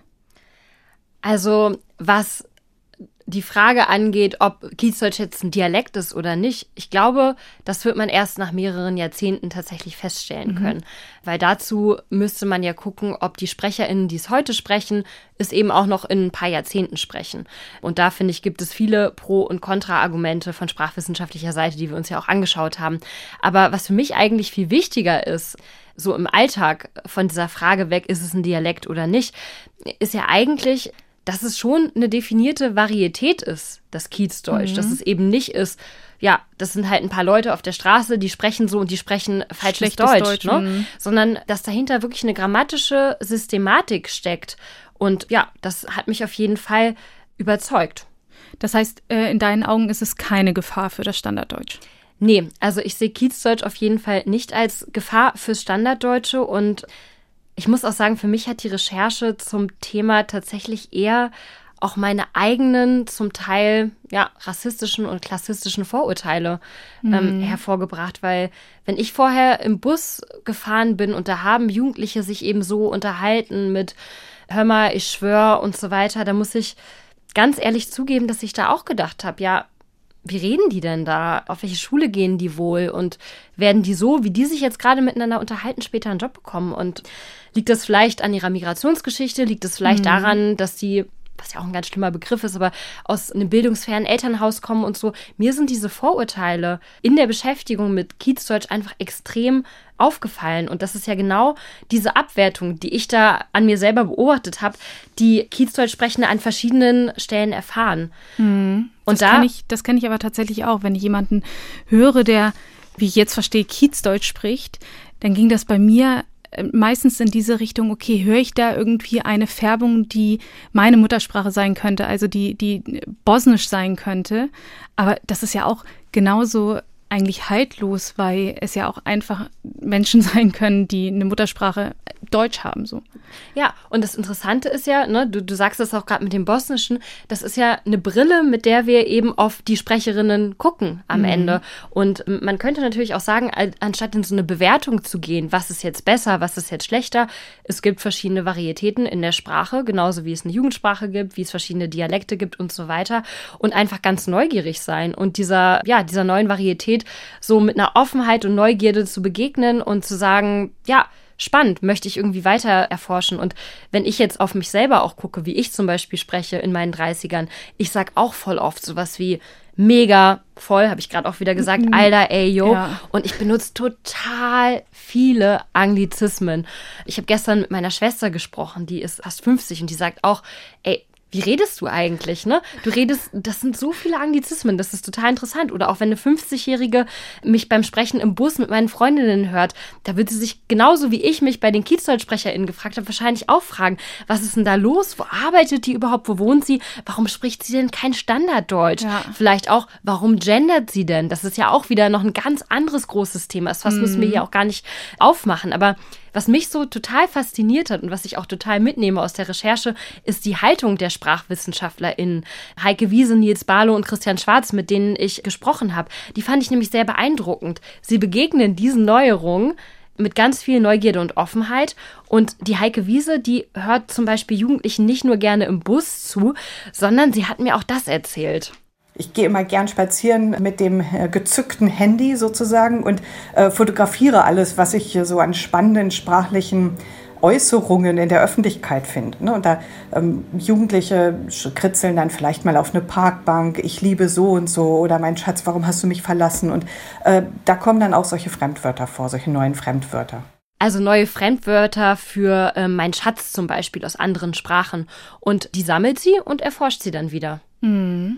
Also, was die Frage angeht, ob Kiezdeutsch jetzt ein Dialekt ist oder nicht, ich glaube, das wird man erst nach mehreren Jahrzehnten tatsächlich feststellen mhm. können. Weil dazu müsste man ja gucken, ob die SprecherInnen, die es heute sprechen, es eben auch noch in ein paar Jahrzehnten sprechen. Und da, finde ich, gibt es viele Pro- und Kontra-Argumente von sprachwissenschaftlicher Seite, die wir uns ja auch angeschaut haben. Aber was für mich eigentlich viel wichtiger ist, so im Alltag von dieser Frage weg, ist es ein Dialekt oder nicht, ist ja eigentlich, dass es schon eine definierte Varietät ist, das Kiezdeutsch. Mhm. Dass es eben nicht ist, ja, das sind halt ein paar Leute auf der Straße, die sprechen so und die sprechen falsches Deutsch. Deutsch ne? mhm. Sondern dass dahinter wirklich eine grammatische Systematik steckt. Und ja, das hat mich auf jeden Fall überzeugt. Das heißt, in deinen Augen ist es keine Gefahr für das Standarddeutsch? Nee, also ich sehe Kiezdeutsch auf jeden Fall nicht als Gefahr fürs Standarddeutsche und ich muss auch sagen, für mich hat die Recherche zum Thema tatsächlich eher auch meine eigenen, zum Teil ja, rassistischen und klassistischen Vorurteile ähm, mhm. hervorgebracht. Weil wenn ich vorher im Bus gefahren bin und da haben Jugendliche sich eben so unterhalten mit hör mal, ich schwör und so weiter, da muss ich ganz ehrlich zugeben, dass ich da auch gedacht habe, ja, wie reden die denn da? Auf welche Schule gehen die wohl? Und werden die so, wie die sich jetzt gerade miteinander unterhalten, später einen Job bekommen? Und liegt das vielleicht an ihrer Migrationsgeschichte? Liegt es vielleicht mhm. daran, dass die, was ja auch ein ganz schlimmer Begriff ist, aber aus einem bildungsfernen Elternhaus kommen und so? Mir sind diese Vorurteile in der Beschäftigung mit Kiezdeutsch einfach extrem aufgefallen. Und das ist ja genau diese Abwertung, die ich da an mir selber beobachtet habe, die Kiezdeutsch-Sprechende an verschiedenen Stellen erfahren. Mhm. Und das da kenne ich, das kenne ich aber tatsächlich auch. Wenn ich jemanden höre, der, wie ich jetzt verstehe, Kiezdeutsch spricht, dann ging das bei mir meistens in diese Richtung, okay, höre ich da irgendwie eine Färbung, die meine Muttersprache sein könnte, also die, die bosnisch sein könnte. Aber das ist ja auch genauso eigentlich haltlos, weil es ja auch einfach Menschen sein können, die eine Muttersprache Deutsch haben. So. Ja, und das Interessante ist ja, ne, du, du sagst es auch gerade mit dem Bosnischen, das ist ja eine Brille, mit der wir eben auf die Sprecherinnen gucken am mhm. Ende. Und man könnte natürlich auch sagen, anstatt in so eine Bewertung zu gehen, was ist jetzt besser, was ist jetzt schlechter, es gibt verschiedene Varietäten in der Sprache, genauso wie es eine Jugendsprache gibt, wie es verschiedene Dialekte gibt und so weiter. Und einfach ganz neugierig sein und dieser, ja, dieser neuen Varietät so mit einer Offenheit und Neugierde zu begegnen und zu sagen, ja, spannend, möchte ich irgendwie weiter erforschen. Und wenn ich jetzt auf mich selber auch gucke, wie ich zum Beispiel spreche in meinen dreißigern, ich sag auch voll oft sowas wie mega, voll, habe ich gerade auch wieder gesagt, mhm. Alter, ey, yo. Ja. Und ich benutze total viele Anglizismen. Ich habe gestern mit meiner Schwester gesprochen, die ist fast fünfzig und die sagt auch, ey, wie redest du eigentlich, ne? Du redest, das sind so viele Anglizismen, das ist total interessant. Oder auch wenn eine fünfzigjährige mich beim Sprechen im Bus mit meinen Freundinnen hört, da wird sie sich genauso wie ich mich bei den KiezdeutschsprecherInnen gefragt habe, wahrscheinlich auch fragen, was ist denn da los? Wo arbeitet die überhaupt? Wo wohnt sie? Warum spricht sie denn kein Standarddeutsch? Ja. Vielleicht auch, warum gendert sie denn? Das ist ja auch wieder noch ein ganz anderes großes Thema. Das fast mm. müssen wir hier auch gar nicht aufmachen. Aber was mich so total fasziniert hat und was ich auch total mitnehme aus der Recherche, ist die Haltung der SprachwissenschaftlerInnen. Heike Wiese, Nils Barlow und Christian Schwarz, mit denen ich gesprochen habe, die fand ich nämlich sehr beeindruckend. Sie begegnen diesen Neuerungen mit ganz viel Neugierde und Offenheit. Und die Heike Wiese, die hört zum Beispiel Jugendlichen nicht nur gerne im Bus zu, sondern sie hat mir auch das erzählt. Ich gehe immer gern spazieren mit dem äh, gezückten Handy sozusagen und äh, fotografiere alles, was ich so an spannenden sprachlichen Äußerungen in der Öffentlichkeit finde. Ne? Und da ähm, Jugendliche kritzeln dann vielleicht mal auf eine Parkbank, ich liebe so und so oder mein Schatz, warum hast du mich verlassen? Und äh, da kommen dann auch solche Fremdwörter vor, solche neuen Fremdwörter. Also neue Fremdwörter für äh, mein Schatz zum Beispiel aus anderen Sprachen. Und die sammelt sie und erforscht sie dann wieder. Mhm.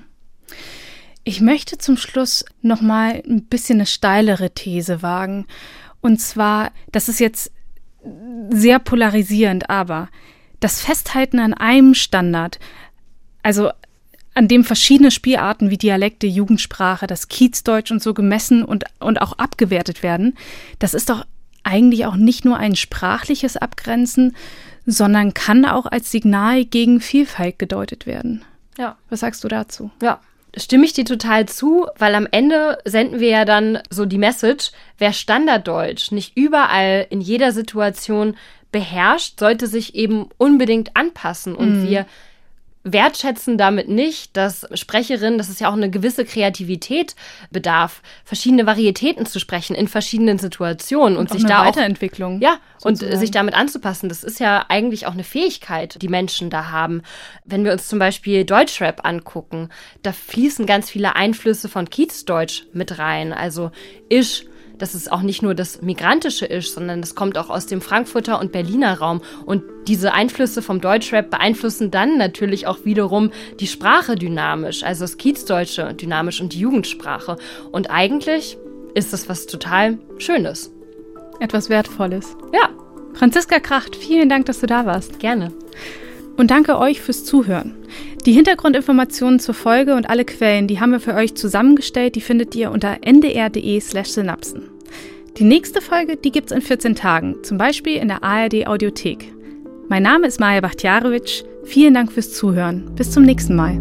Ich möchte zum Schluss noch mal ein bisschen eine steilere These wagen. Und zwar, das ist jetzt sehr polarisierend, aber das Festhalten an einem Standard, also an dem verschiedene Spielarten wie Dialekte, Jugendsprache, das Kiezdeutsch und so gemessen und, und auch abgewertet werden, das ist doch eigentlich auch nicht nur ein sprachliches Abgrenzen, sondern kann auch als Signal gegen Vielfalt gedeutet werden. Ja. Was sagst du dazu? Ja. Stimme ich dir total zu, weil am Ende senden wir ja dann so die Message, wer Standarddeutsch nicht überall in jeder Situation beherrscht, sollte sich eben unbedingt anpassen. Und mhm. wir wertschätzen damit nicht, dass Sprecherinnen, dass es ja auch eine gewisse Kreativität bedarf, verschiedene Varietäten zu sprechen in verschiedenen Situationen und, und sich eine da Weiterentwicklung. Auch, ja, sozusagen. Und sich damit anzupassen. Das ist ja eigentlich auch eine Fähigkeit, die Menschen da haben. Wenn wir uns zum Beispiel Deutschrap angucken, da fließen ganz viele Einflüsse von Kiezdeutsch mit rein. Also Isch, das ist auch nicht nur das migrantische Isch, sondern das kommt auch aus dem Frankfurter und Berliner Raum. Und diese Einflüsse vom Deutschrap beeinflussen dann natürlich auch wiederum die Sprache dynamisch, also das Kiezdeutsche dynamisch und die Jugendsprache. Und eigentlich ist das was total Schönes. Etwas Wertvolles. Ja. Franziska Kracht, vielen Dank, dass du da warst. Gerne. Und danke euch fürs Zuhören. Die Hintergrundinformationen zur Folge und alle Quellen, die haben wir für euch zusammengestellt. Die findet ihr unter ndr.de slash synapsen. Die nächste Folge, die gibt's in vierzehn Tagen, zum Beispiel in der A R D-Audiothek. Mein Name ist Maja Bachtjarewitsch. Vielen Dank fürs Zuhören. Bis zum nächsten Mal.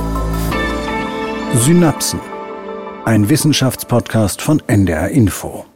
Synapsen. Ein Wissenschaftspodcast von N D R Info.